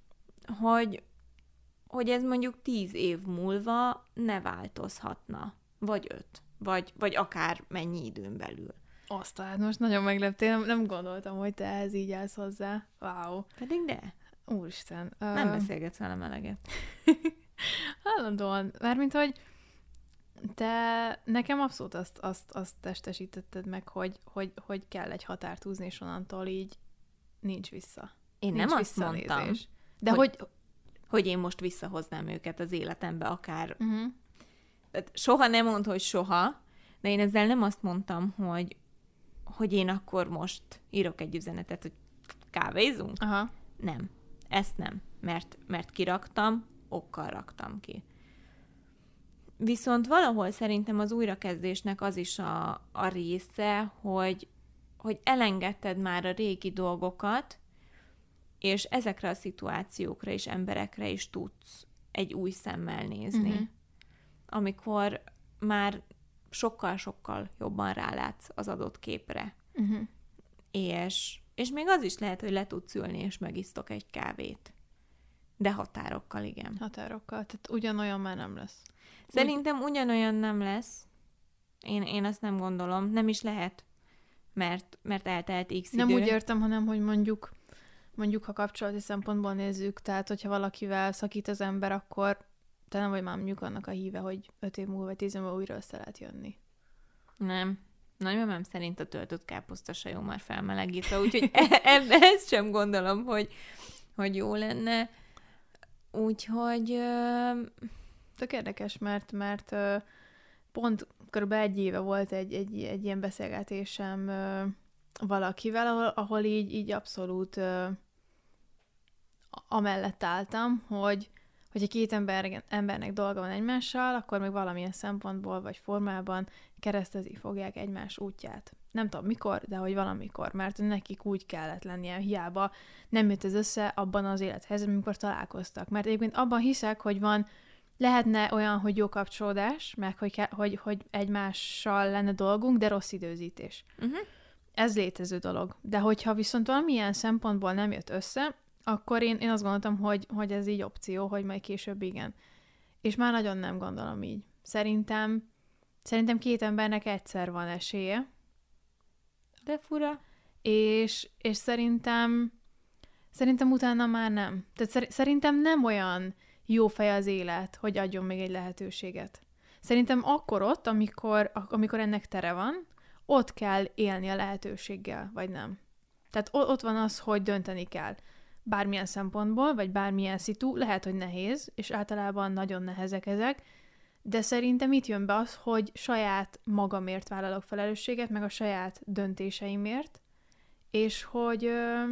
hogy ez mondjuk 10 év múlva ne változhatna. Vagy 5. Vagy akár mennyi időn belül. Aztán most nagyon megleptél, nem gondoltam, hogy te ez így állsz hozzá. Wow. Pedig de. Úristen. Nem beszélgetsz velem eleget. Állandóan. Mármint, hogy te nekem abszolút azt testesítetted meg, hogy kell egy határt húzni, és onnantól így nincs vissza. Én Nincs nem azt mondtam, De hogy én most visszahoznám őket az életembe, akár... Uh-huh. Tehát soha nem mondd, hogy soha, de én ezzel nem azt mondtam, hogy én akkor most írok egy üzenetet, hogy kávézunk. Aha. Nem. Ezt nem. Mert kiraktam, okkal raktam ki. Viszont valahol szerintem az újrakezdésnek az is a része, hogy elengedted már a régi dolgokat, és ezekre a szituációkra és emberekre is tudsz egy új szemmel nézni. Uh-huh. Amikor már sokkal-sokkal jobban rálátsz az adott képre. Uh-huh. És még az is lehet, hogy le tudsz ülni, és megisztok egy kávét. De határokkal, igen. Határokkal. Tehát ugyanolyan már nem lesz. Szerintem ugyanolyan nem lesz. Én azt nem gondolom. Nem is lehet. Mert eltelt x idő. Nem úgy értem, hanem, hogy mondjuk, ha kapcsolati szempontból nézzük, tehát, hogyha valakivel szakít az ember, akkor te nem vagy már mondjuk annak a híve, hogy 5 év múlva, vagy 10 év múlva újra össze lehet jönni. Nem. Nagymamám szerint a töltött káposzta jó már felmelegítve, úgyhogy ezt sem gondolom, hogy jó lenne. Úgyhogy... Tök érdekes, mert pont kb. 1 éve volt egy ilyen beszélgetésem valakivel, ahol így abszolút amellett álltam, hogyha 2 embernek dolga van egymással, akkor még valamilyen szempontból vagy formában keresztezni fogják egymás útját. Nem tudom mikor, de hogy valamikor, mert nekik úgy kellett lennie, hiába nem jött ez össze abban az élethelyzetben, amikor találkoztak. Mert egyébként abban hiszek, hogy lehetne olyan, hogy jó kapcsolódás, meg hogy egymással lenne dolgunk, de rossz időzítés. Uh-huh. Ez létező dolog. De hogyha viszont valamilyen szempontból nem jött össze, akkor én azt gondoltam, hogy ez így opció, hogy majd később igen. És már nagyon nem gondolom így. Szerintem 2 embernek egyszer van esélye. De fura. És szerintem utána már nem. Tehát szerintem nem olyan jó fej az élet, hogy adjon még egy lehetőséget. Szerintem akkor ott, amikor ennek tere van, ott kell élni a lehetőséggel, vagy nem. Tehát ott van az, hogy dönteni kell. Bármilyen szempontból, vagy bármilyen szitu, lehet, hogy nehéz, és általában nagyon nehezek ezek, de szerintem itt jön be az, hogy saját magamért vállalok felelősséget, meg a saját döntéseimért, és hogy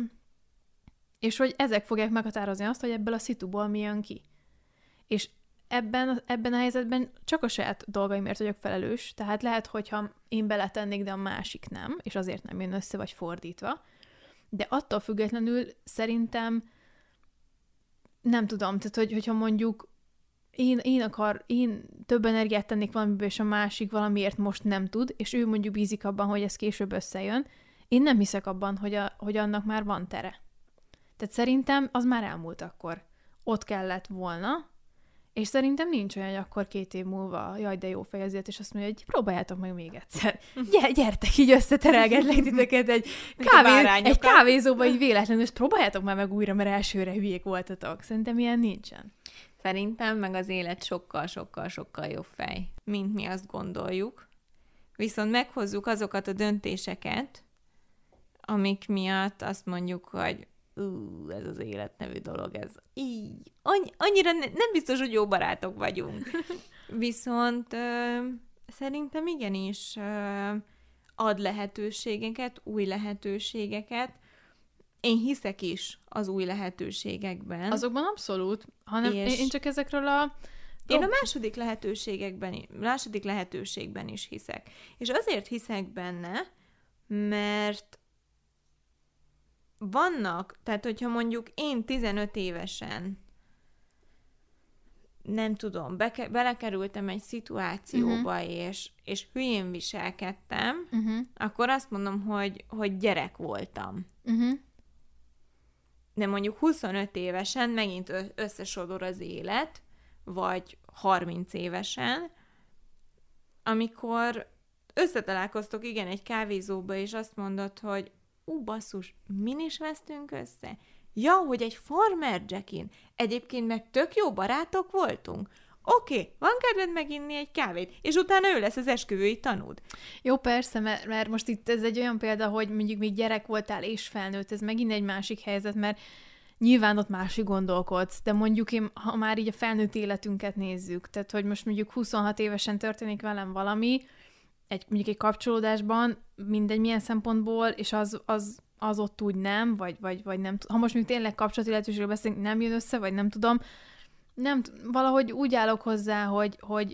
ezek fogják meghatározni azt, hogy ebből a szituból mi jön ki. És ebben a helyzetben csak a saját dolgaimért vagyok felelős, tehát lehet, hogyha én beletennék, de a másik nem, és azért nem jön össze, vagy fordítva, de attól függetlenül szerintem nem tudom, tehát hogyha mondjuk én több energiát tennék valamiből, és a másik valamiért most nem tud, és ő mondjuk bízik abban, hogy ez később összejön, én nem hiszek abban, hogy annak már van tere. Tehát szerintem az már elmúlt akkor. Ott kellett volna, és szerintem nincs olyan, hogy akkor 2 év múlva, jaj, de jó fej ezért, és azt mondja, hogy próbáljátok meg még egyszer. Gyertek, így összeterelgetlek titeket egy kávézóba, így véletlenül, és próbáljátok már meg újra, mert elsőre hülyék voltatok. Szerintem ilyen nincsen. Szerintem meg az élet sokkal jobb fej, mint mi azt gondoljuk. Viszont meghozzuk azokat a döntéseket, amik miatt azt mondjuk, hogy ez az élet nevű dolog, ez így. Annyira nem biztos, hogy jó barátok vagyunk. Viszont szerintem igenis ad lehetőségeket, új lehetőségeket. Én hiszek is az új lehetőségekben. Azokban abszolút, hanem én csak ezekről én a második lehetőségben is hiszek. És azért hiszek benne, mert vannak, tehát hogyha mondjuk én 15 évesen nem tudom, belekerültem egy szituációba, és hülyén viselkedtem, akkor azt mondom, hogy gyerek voltam. De mondjuk 25 évesen megint összesodor az élet, vagy 30 évesen, amikor összetalálkoztok, igen, egy kávézóba, és azt mondod, hogy basszus, min is vesztünk össze? Ja, hogy egy Farmer Jackin. Egyébként meg tök jó barátok voltunk. Oké, van kedved meginni egy kávét, és utána ő lesz az esküvői tanúd. Jó, persze, mert most itt ez egy olyan példa, hogy mondjuk még gyerek voltál és felnőtt, ez megint egy másik helyzet, mert nyilván ott másik gondolkodsz, de mondjuk én, ha már így a felnőtt életünket nézzük, tehát hogy most mondjuk 26 évesen történik velem valami, mondjuk egy kapcsolódásban, mindegy milyen szempontból, és az ott úgy nem, vagy nem tudom. Ha most még tényleg kapcsolatiletőségről beszélünk, nem jön össze, vagy nem tudom, valahogy úgy állok hozzá, hogy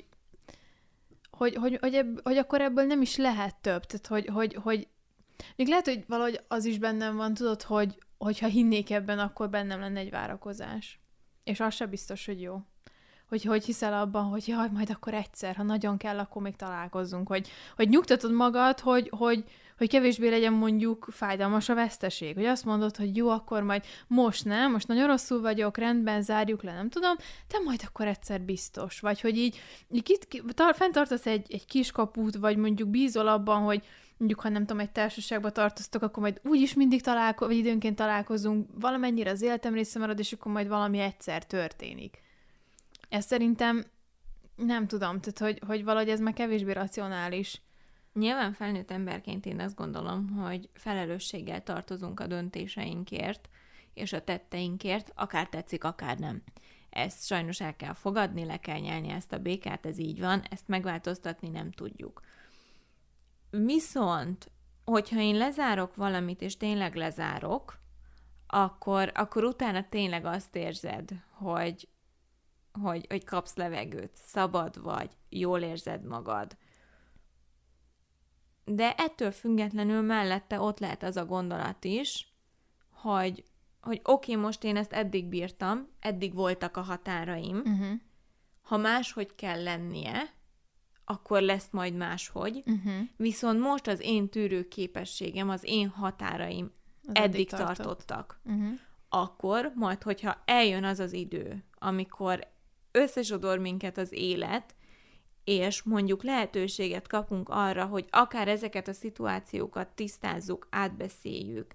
akkor ebből nem is lehet több. Tehát, hogy még lehet, hogy valahogy az is bennem van, tudod, hogyha hinnék ebben, akkor bennem lenne egy várakozás. És az sem biztos, hogy jó. Hogy hiszel abban, hogy jaj, majd akkor egyszer, ha nagyon kell, akkor még találkozzunk. Hogy nyugtatod magad, hogy kevésbé legyen mondjuk fájdalmas a veszteség. Hogy azt mondod, hogy jó, akkor majd most nem, most nagyon rosszul vagyok, rendben, zárjuk le, nem tudom, de majd akkor egyszer biztos. Vagy hogy így fenntartasz egy kiskaput, vagy mondjuk bízol abban, hogy mondjuk, ha nem tudom, egy társaságba tartoztok, akkor majd úgyis mindig vagy időnként találkozunk, valamennyire az életem része marad, és akkor majd valami egyszer történik. Ez szerintem nem tudom, tehát hogy valahogy ez már kevésbé racionális. Nyilván felnőtt emberként én azt gondolom, hogy felelősséggel tartozunk a döntéseinkért és a tetteinkért, akár tetszik, akár nem. Ezt sajnos el kell fogadni, le kell nyelni ezt a békát, ez így van, ezt megváltoztatni nem tudjuk. Viszont, hogyha én lezárok valamit, és tényleg lezárok, akkor utána tényleg azt érzed, hogy kapsz levegőt, szabad vagy, jól érzed magad. De ettől függetlenül mellette ott lehet az a gondolat is, hogy oké, most én ezt eddig bírtam, eddig voltak a határaim, ha máshogy kell lennie, akkor lesz majd máshogy, viszont most az én tűrő képességem, az én határaim eddig tartottak. Akkor majd, hogyha eljön az az idő, amikor összesodor minket az élet, és mondjuk lehetőséget kapunk arra, hogy akár ezeket a szituációkat tisztázzuk, átbeszéljük,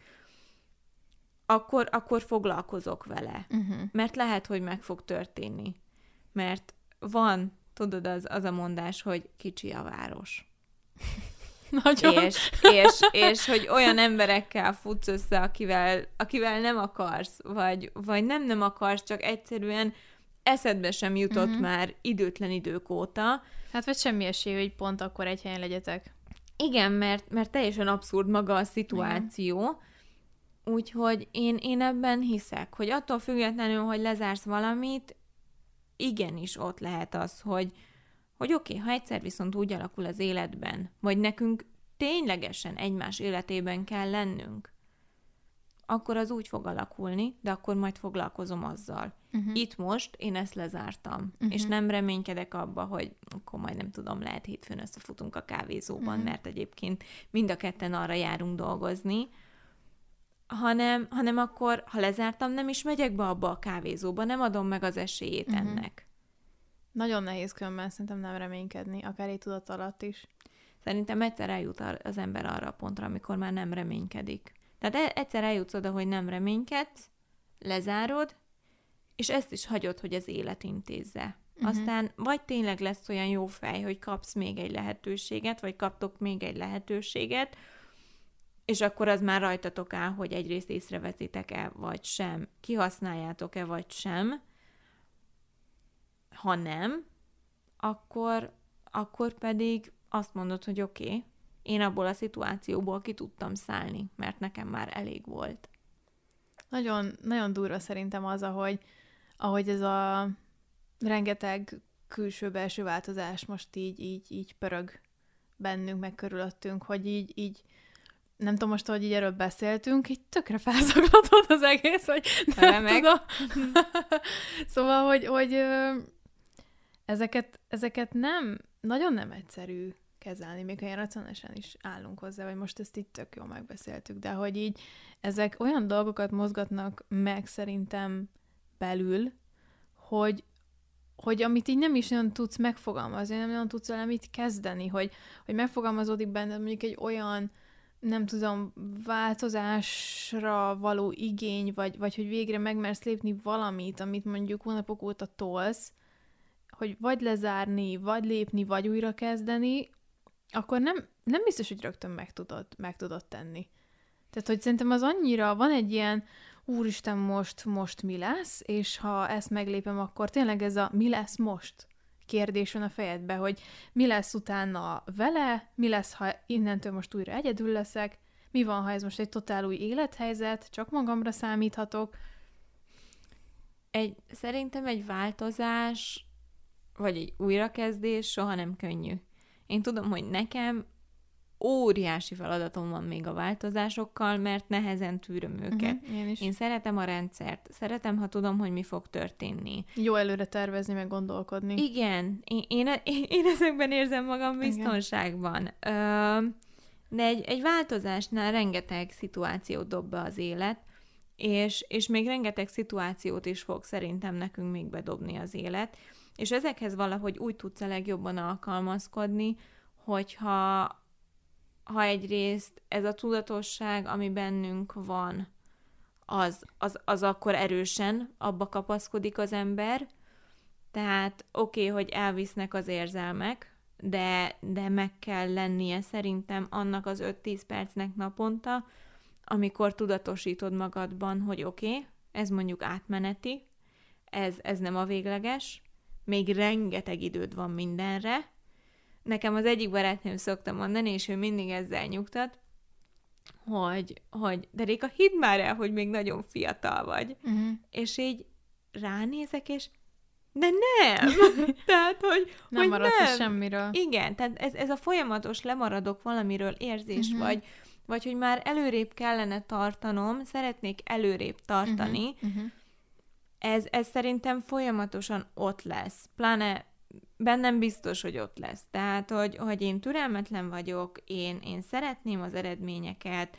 akkor foglalkozok vele. Mert lehet, hogy meg fog történni. Mert van, tudod, az a mondás, hogy kicsi a város. Nagyon. És hogy olyan emberekkel futsz össze, akivel nem akarsz, vagy nem akarsz, csak egyszerűen eszedbe sem jutott már időtlen idők óta. Hát vagy semmi esély, hogy pont akkor egy helyen legyetek. Igen, mert teljesen abszurd maga a szituáció. Igen. Úgyhogy én ebben hiszek, hogy attól függetlenül, hogy lezársz valamit, igenis ott lehet az, hogy oké, ha egyszer viszont úgy alakul az életben, vagy nekünk ténylegesen egymás életében kell lennünk, akkor az úgy fog alakulni, de akkor majd foglalkozom azzal. Itt most én ezt lezártam, és nem reménykedek abba, hogy akkor majd nem tudom, lehet hétfőn összefutunk a kávézóban, mert egyébként mind a ketten arra járunk dolgozni, hanem akkor, ha lezártam, nem is megyek be abba a kávézóba, nem adom meg az esélyét ennek. Nagyon nehéz különben szerintem nem reménykedni, akár egy tudat alatt is. Szerintem egyszer eljut az ember arra a pontra, amikor már nem reménykedik. Tehát egyszer eljutsz oda, hogy nem reménykedsz, lezárod, és ezt is hagyod, hogy az élet intézze. Aztán vagy tényleg lesz olyan jó fej, hogy kapsz még egy lehetőséget, vagy kaptok még egy lehetőséget, és akkor az már rajtatok áll, hogy egyrészt észreveszitek-e, vagy sem, kihasználjátok-e, vagy sem. Ha nem, akkor pedig azt mondod, hogy oké, én abból a szituációból ki tudtam szállni, mert nekem már elég volt. Nagyon, nagyon durva szerintem az, ahogy ez a rengeteg külső-belső változás most így pörög bennünk, meg körülöttünk, hogy így nem tudom most, hogy így erről beszéltünk, így tökre felszaglatott az egész, hogy nem tudom. Szóval, hogy ezeket nagyon nem egyszerű kezelni, még ha ilyen racionálisan is állunk hozzá, vagy most ezt így tök jól megbeszéltük, de hogy így ezek olyan dolgokat mozgatnak meg szerintem belül, hogy amit így nem is nagyon tudsz megfogalmazni, nem nagyon tudsz vele mit kezdeni, hogy megfogalmazódik benned mondjuk egy olyan nem tudom, változásra való igény, vagy hogy végre megmersz lépni valamit, amit mondjuk hónapok óta tolsz, hogy vagy lezárni, vagy lépni, vagy újra kezdeni, akkor nem biztos, hogy rögtön meg tudod tenni. Tehát, hogy szerintem az annyira, van egy ilyen, úristen, most mi lesz, és ha ezt meglépem, akkor tényleg ez a mi lesz most kérdés van a fejedbe, hogy mi lesz utána vele, mi lesz, ha innentől most újra egyedül leszek, mi van, ha ez most egy totál új élethelyzet, csak magamra számíthatok. Szerintem egy változás, vagy egy újrakezdés soha nem könnyű. Én tudom, hogy nekem óriási feladatom van még a változásokkal, mert nehezen tűröm őket. Én is. Én szeretem a rendszert, szeretem, ha tudom, hogy mi fog történni. Jó előre tervezni, meg gondolkodni. Igen, én ezekben érzem magam biztonságban. De egy változásnál rengeteg szituációt dob be az élet, és még rengeteg szituációt is fog szerintem nekünk még bedobni az élet, és ezekhez valahogy úgy tudsz a legjobban alkalmazkodni, hogyha egyrészt ez a tudatosság, ami bennünk van, az akkor erősen abba kapaszkodik az ember, tehát oké, hogy elvisznek az érzelmek, de meg kell lennie szerintem annak az 5-10 percnek naponta, amikor tudatosítod magadban, hogy oké, ez mondjuk átmeneti, ez nem a végleges, még rengeteg időd van mindenre. Nekem az egyik barátnőm szokta mondani, és ő mindig ezzel nyugtat, hogy de Réka, hidd már el, hogy még nagyon fiatal vagy. És így ránézek, és de nem! Tehát, hogy nem maradsz semmiről. Igen, tehát ez a folyamatos lemaradok valamiről érzés, vagy hogy már kellene tartanom, szeretnék előrébb tartani, Ez szerintem folyamatosan ott lesz. Pláne bennem biztos, hogy ott lesz. Tehát, hogy én türelmetlen vagyok, én szeretném az eredményeket,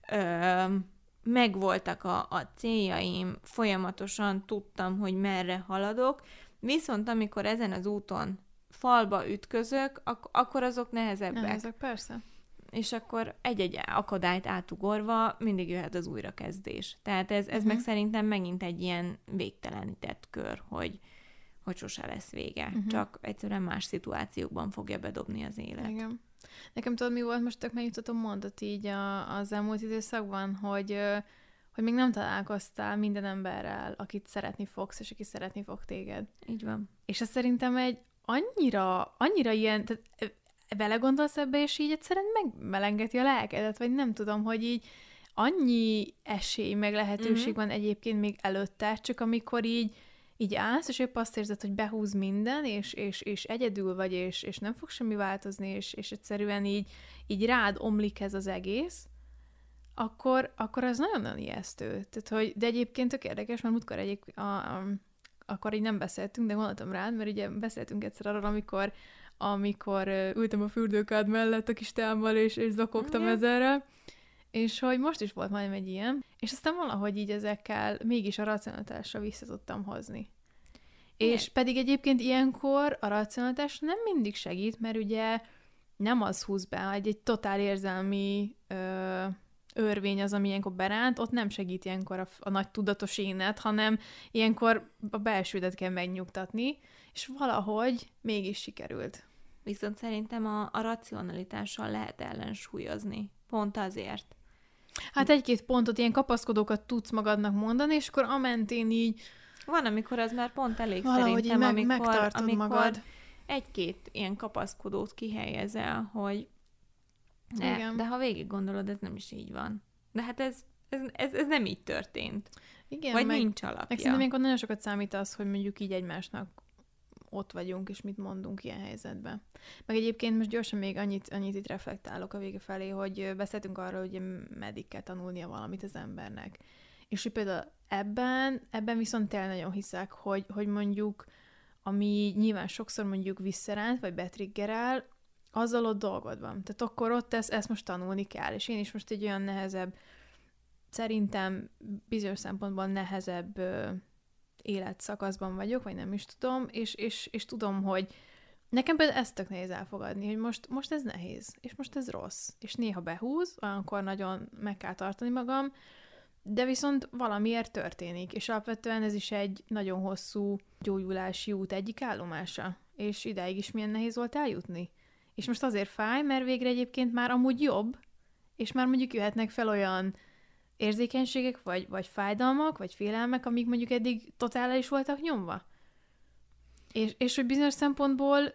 megvoltak a céljaim, folyamatosan tudtam, hogy merre haladok, viszont amikor ezen az úton falba ütközök, akkor azok nehezebbek. Nehezek, persze. És akkor egy-egy akadályt átugorva mindig jöhet az újrakezdés. Tehát ez meg szerintem megint egy ilyen végtelenített kör, hogy sose lesz vége. Csak egyszerűen más szituációkban fogja bedobni az élet. Igen. Nekem tudod, mi volt most tök megnyugtató mondat így az elmúlt időszakban, hogy még nem találkoztál minden emberrel, akit szeretni fogsz, és aki szeretni fog téged. Így van. És ez szerintem egy annyira ilyen, tehát belegondolsz ebbe, és így egyszerűen megmelengeti a lelkedet, vagy nem tudom, hogy így annyi esély, meg lehetőség van egyébként még előtte, csak amikor így állsz, és épp azt érzed, hogy behúz minden, és egyedül vagy, és nem fog semmi változni, és egyszerűen így rád omlik ez az egész, akkor az nagyon-nagyon ijesztő. Tehát, hogy, de egyébként tök érdekes, mert múltkor akkor így nem beszéltünk, de gondoltam rád, mert ugye beszéltünk egyszer arról, amikor ültem a fürdőkád mellett a kis támmal, és zokogtam ezerrel, és hogy most is volt majdnem egy ilyen, és aztán valahogy így ezekkel mégis a racionalitásra vissza tudtam hozni. Igen. És pedig egyébként ilyenkor a racionalitás nem mindig segít, mert ugye nem az húz be, egy totál érzelmi örvény az, ami ilyenkor beránt, ott nem segít ilyenkor a nagy tudatos énet, hanem ilyenkor a belsődet kell megnyugtatni, és valahogy mégis sikerült. Viszont szerintem a racionalitással lehet ellensúlyozni. Pont azért. Hát egy-két pontot, ilyen kapaszkodókat tudsz magadnak mondani, és akkor amentén így... Van, amikor az már pont elég valahogy szerintem, megtartod magad. Egy-két ilyen kapaszkodót kihelyezel, hogy de ha végig gondolod, ez nem is így van. De hát ez nem így történt. Igen, vagy nincs alapja. Meg szerintem ilyenkor nagyon sokat számít az, hogy mondjuk így egymásnak ott vagyunk, és mit mondunk ilyen helyzetben. Meg egyébként most gyorsan még annyit itt reflektálok a vége felé, hogy beszéltünk arról, hogy meddig kell tanulnia valamit az embernek. És hogy például ebben viszont tényleg nagyon hiszek, hogy mondjuk, ami nyilván sokszor mondjuk visszaránt, vagy betriggerel, azzal ott dolgod van. Tehát akkor ott ezt most tanulni kell. És én is most egy olyan nehezebb, szerintem bizonyos szempontból nehezebb életszakaszban vagyok, vagy nem is tudom, és tudom, hogy Nekem például ezt tök nehéz elfogadni, hogy most ez nehéz, és most ez rossz, és néha behúz, olyankor nagyon meg kell tartani magam, de viszont valamiért történik, és alapvetően ez is egy nagyon hosszú gyógyulási út egyik állomása, és idáig is milyen nehéz volt eljutni. És most azért fáj, mert végre egyébként már amúgy jobb, és már mondjuk jöhetnek fel olyan érzékenységek, vagy fájdalmak, vagy félelmek, amik mondjuk eddig totál is voltak nyomva. És hogy bizonyos szempontból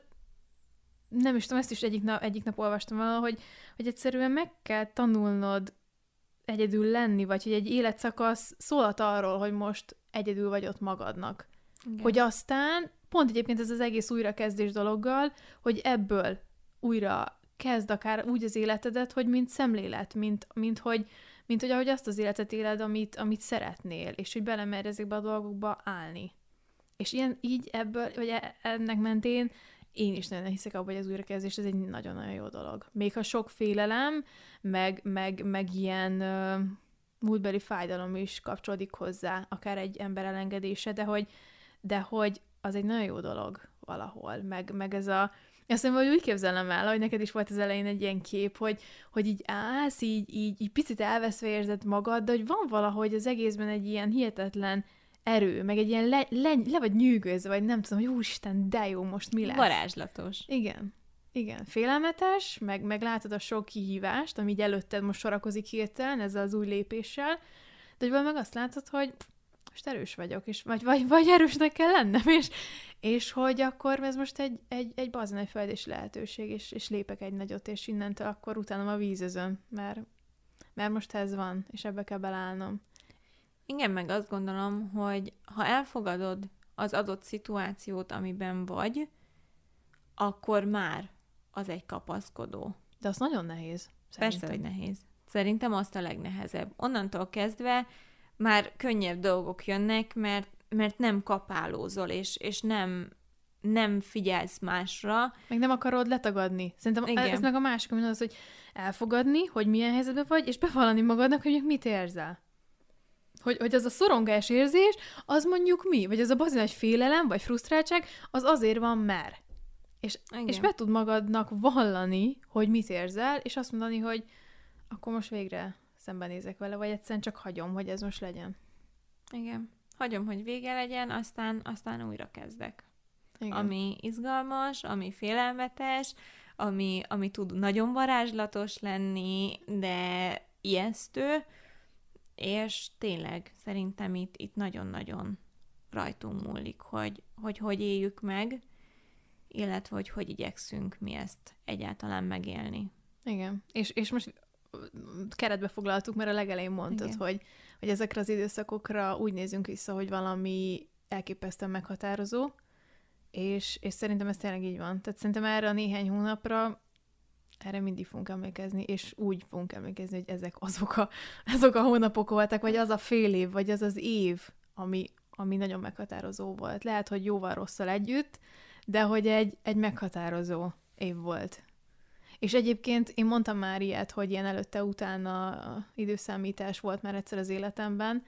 nem is tudom, ezt is egyik nap olvastam valahogy, hogy egyszerűen meg kell tanulnod egyedül lenni, vagy hogy egy életszakasz szólhat arról, hogy most egyedül vagy ott magadnak. Igen. Hogy aztán, pont egyébként ez az egész újrakezdés dologgal, hogy ebből újra kezd akár úgy az életedet, hogy mint szemlélet, mint hogy ahogy azt az életet éled, amit szeretnél, és hogy belemerj ezekbe a dolgokba állni. És így ebből, vagy ennek mentén én is nagyon hiszek abban, hogy az újrakezdés ez egy nagyon-nagyon jó dolog. Még ha sok félelem, meg ilyen múltbeli fájdalom is kapcsolódik hozzá, akár egy ember elengedése, de hogy az egy nagyon jó dolog valahol. Meg ez a... Azt hiszem, hogy úgy képzelem el, hogy neked is volt az elején egy ilyen kép, hogy így állsz, így picit elveszve érzed magad, de hogy van valahogy az egészben egy ilyen hihetetlen erő, meg egy ilyen le vagy nyűgözve, vagy nem tudom, hogy úristen, de jó, most mi lesz? Varázslatos. Igen. Félelmetes, meg látod a sok kihívást, ami így előtted most sorakozik hirtelen ezzel az új lépéssel, de hogy meg azt látod, hogy most erős vagyok, és vagy erősnek kell lennem, és hogy akkor ez most egy bazen, egy fejlődési lehetőség, és lépek egy nagyot, és innentől akkor utána a vízözöm, mert most ez van, és ebbe kell beleállnom. Igen, meg azt gondolom, hogy ha elfogadod az adott szituációt, amiben vagy, akkor már az egy kapaszkodó. De az nagyon nehéz. Szerintem. Persze, hogy nehéz. Szerintem azt a legnehezebb. Onnantól kezdve már könnyebb dolgok jönnek, mert nem kapálózol, és nem figyelsz másra. Meg nem akarod letagadni. Szerintem ez meg a másik, ami az, hogy elfogadni, hogy milyen helyzetben vagy, és bevallani magadnak, hogy mit érzel. Hogy az a szorongás érzés, az mondjuk mi? Vagy az a bazi nagy félelem, vagy frusztráltság, az azért van, mert. És be tud magadnak vallani, hogy mit érzel, és azt mondani, hogy akkor most végre szembenézek vele, vagy egyszerűen csak hagyom, hogy ez most legyen. Igen. Hagyom, hogy vége legyen, aztán újra kezdek. Igen. Ami izgalmas, ami félelmetes, ami tud nagyon varázslatos lenni, de ijesztő, és tényleg szerintem itt nagyon-nagyon rajtunk múlik, hogy éljük meg, illetve hogy igyekszünk mi ezt egyáltalán megélni. Igen. És most keretbe foglaltuk, mert a legelején mondtad, hogy ezekre az időszakokra úgy nézünk vissza, hogy valami elképesztően meghatározó, és szerintem ez tényleg így van. Tehát szerintem erre a néhány hónapra erre mindig fogunk emlékezni, és úgy fogunk emlékezni, hogy ezek azok a hónapok voltak, vagy az a fél év, vagy az az év, ami nagyon meghatározó volt. Lehet, hogy jóval rosszal együtt, de hogy egy meghatározó év volt. És egyébként én mondtam már ilyet, hogy ilyen előtte-utána időszámítás volt már egyszer az életemben,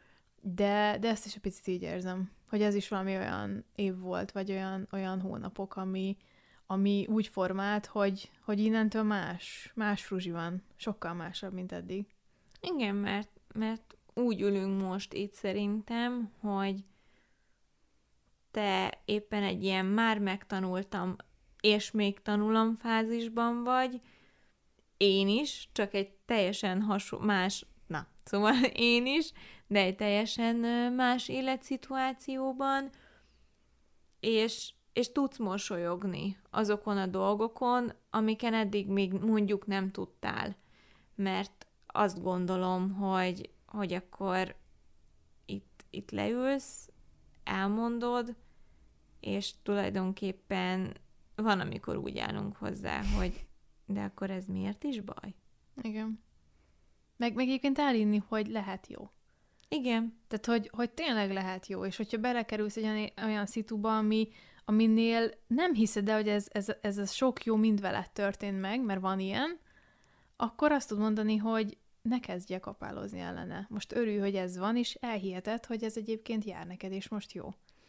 de ezt is egy picit így érzem, hogy ez is valami olyan év volt, vagy olyan hónapok, ami úgy formált, hogy innentől más fruzsi van, sokkal másabb, mint eddig. Igen, mert úgy ülünk most itt szerintem, hogy te éppen egy ilyen már megtanultam, és még tanulom fázisban vagy, én is, csak egy teljesen szóval én is, de egy teljesen más életszituációban, és tudsz mosolyogni azokon a dolgokon, amiken eddig még mondjuk nem tudtál. Mert azt gondolom, hogy akkor itt leülsz, elmondod, és tulajdonképpen van, amikor úgy állunk hozzá, hogy de akkor ez miért is baj? Igen. Meg egyébként elinni, hogy lehet jó. Igen. Tehát, hogy tényleg lehet jó, és hogyha belekerülsz egy olyan szituba, aminél nem hiszed el, hogy ez a sok jó mind veled történt meg, mert van ilyen, akkor azt tud mondani, hogy ne kezdje kapálózni ellene. Most örülj, hogy ez van, és elhiheted, hogy ez egyébként jár neked, és most jó.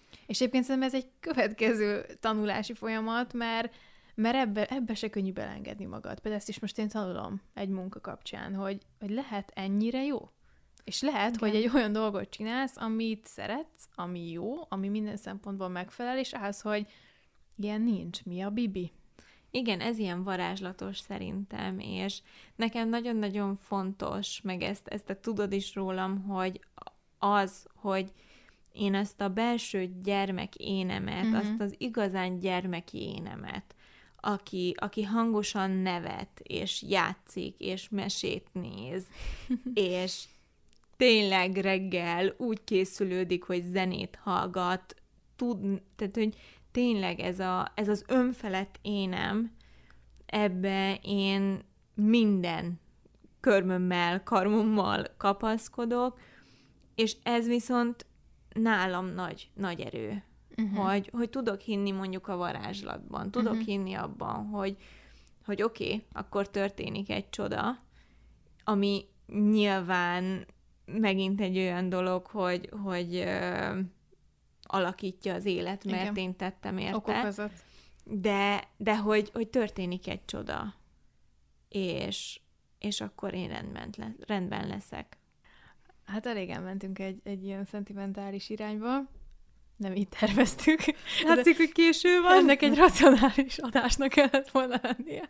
És egyébként szerintem ez egy következő tanulási folyamat, mert ebbe se könnyű belengedni magad. Például ezt is most én tanulom egy munka kapcsán, hogy lehet ennyire jó. És lehet, Igen. hogy egy olyan dolgot csinálsz, amit szeretsz, ami jó, ami minden szempontból megfelel, és az, hogy ilyen nincs. Mi a bibi? Igen, ez ilyen varázslatos szerintem, és nekem nagyon-nagyon fontos, meg ezt te tudod is rólam, hogy hogy én ezt a belső gyermek énemet, azt az igazán gyermeki énemet, aki hangosan nevet, és játszik, és mesét néz, és tényleg reggel úgy készülődik, hogy zenét hallgat, tehát, hogy tényleg ez az önfelett énem, ebbe én minden körmömmel, karmommal kapaszkodok, és ez viszont nálam nagy erő, hogy tudok hinni mondjuk a varázslatban, tudok hinni abban, hogy oké, akkor történik egy csoda, ami nyilván megint egy olyan dolog, hogy alakítja az élet, mert igen, én tettem érte. Okokozat. De hogy történik egy csoda, és akkor én rendben leszek. Hát elég elmentünk egy ilyen szentimentális irányba. Nem így terveztük. Látszik, hogy késő van. Ennek egy racionális adásnak kellett volna lennie.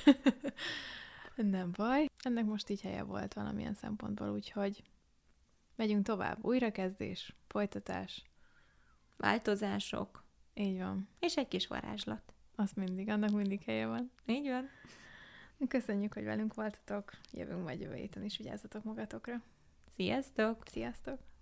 Nem baj. Ennek most így helye volt valamilyen szempontból, úgyhogy megyünk tovább. Újrakezdés, folytatás. Változások. Így van. És egy kis varázslat. Annak mindig helye van. Így van. Köszönjük, hogy velünk voltatok. Jövünk majd jövő héten is, vigyázzatok magatokra. Sziasztok! Sziasztok!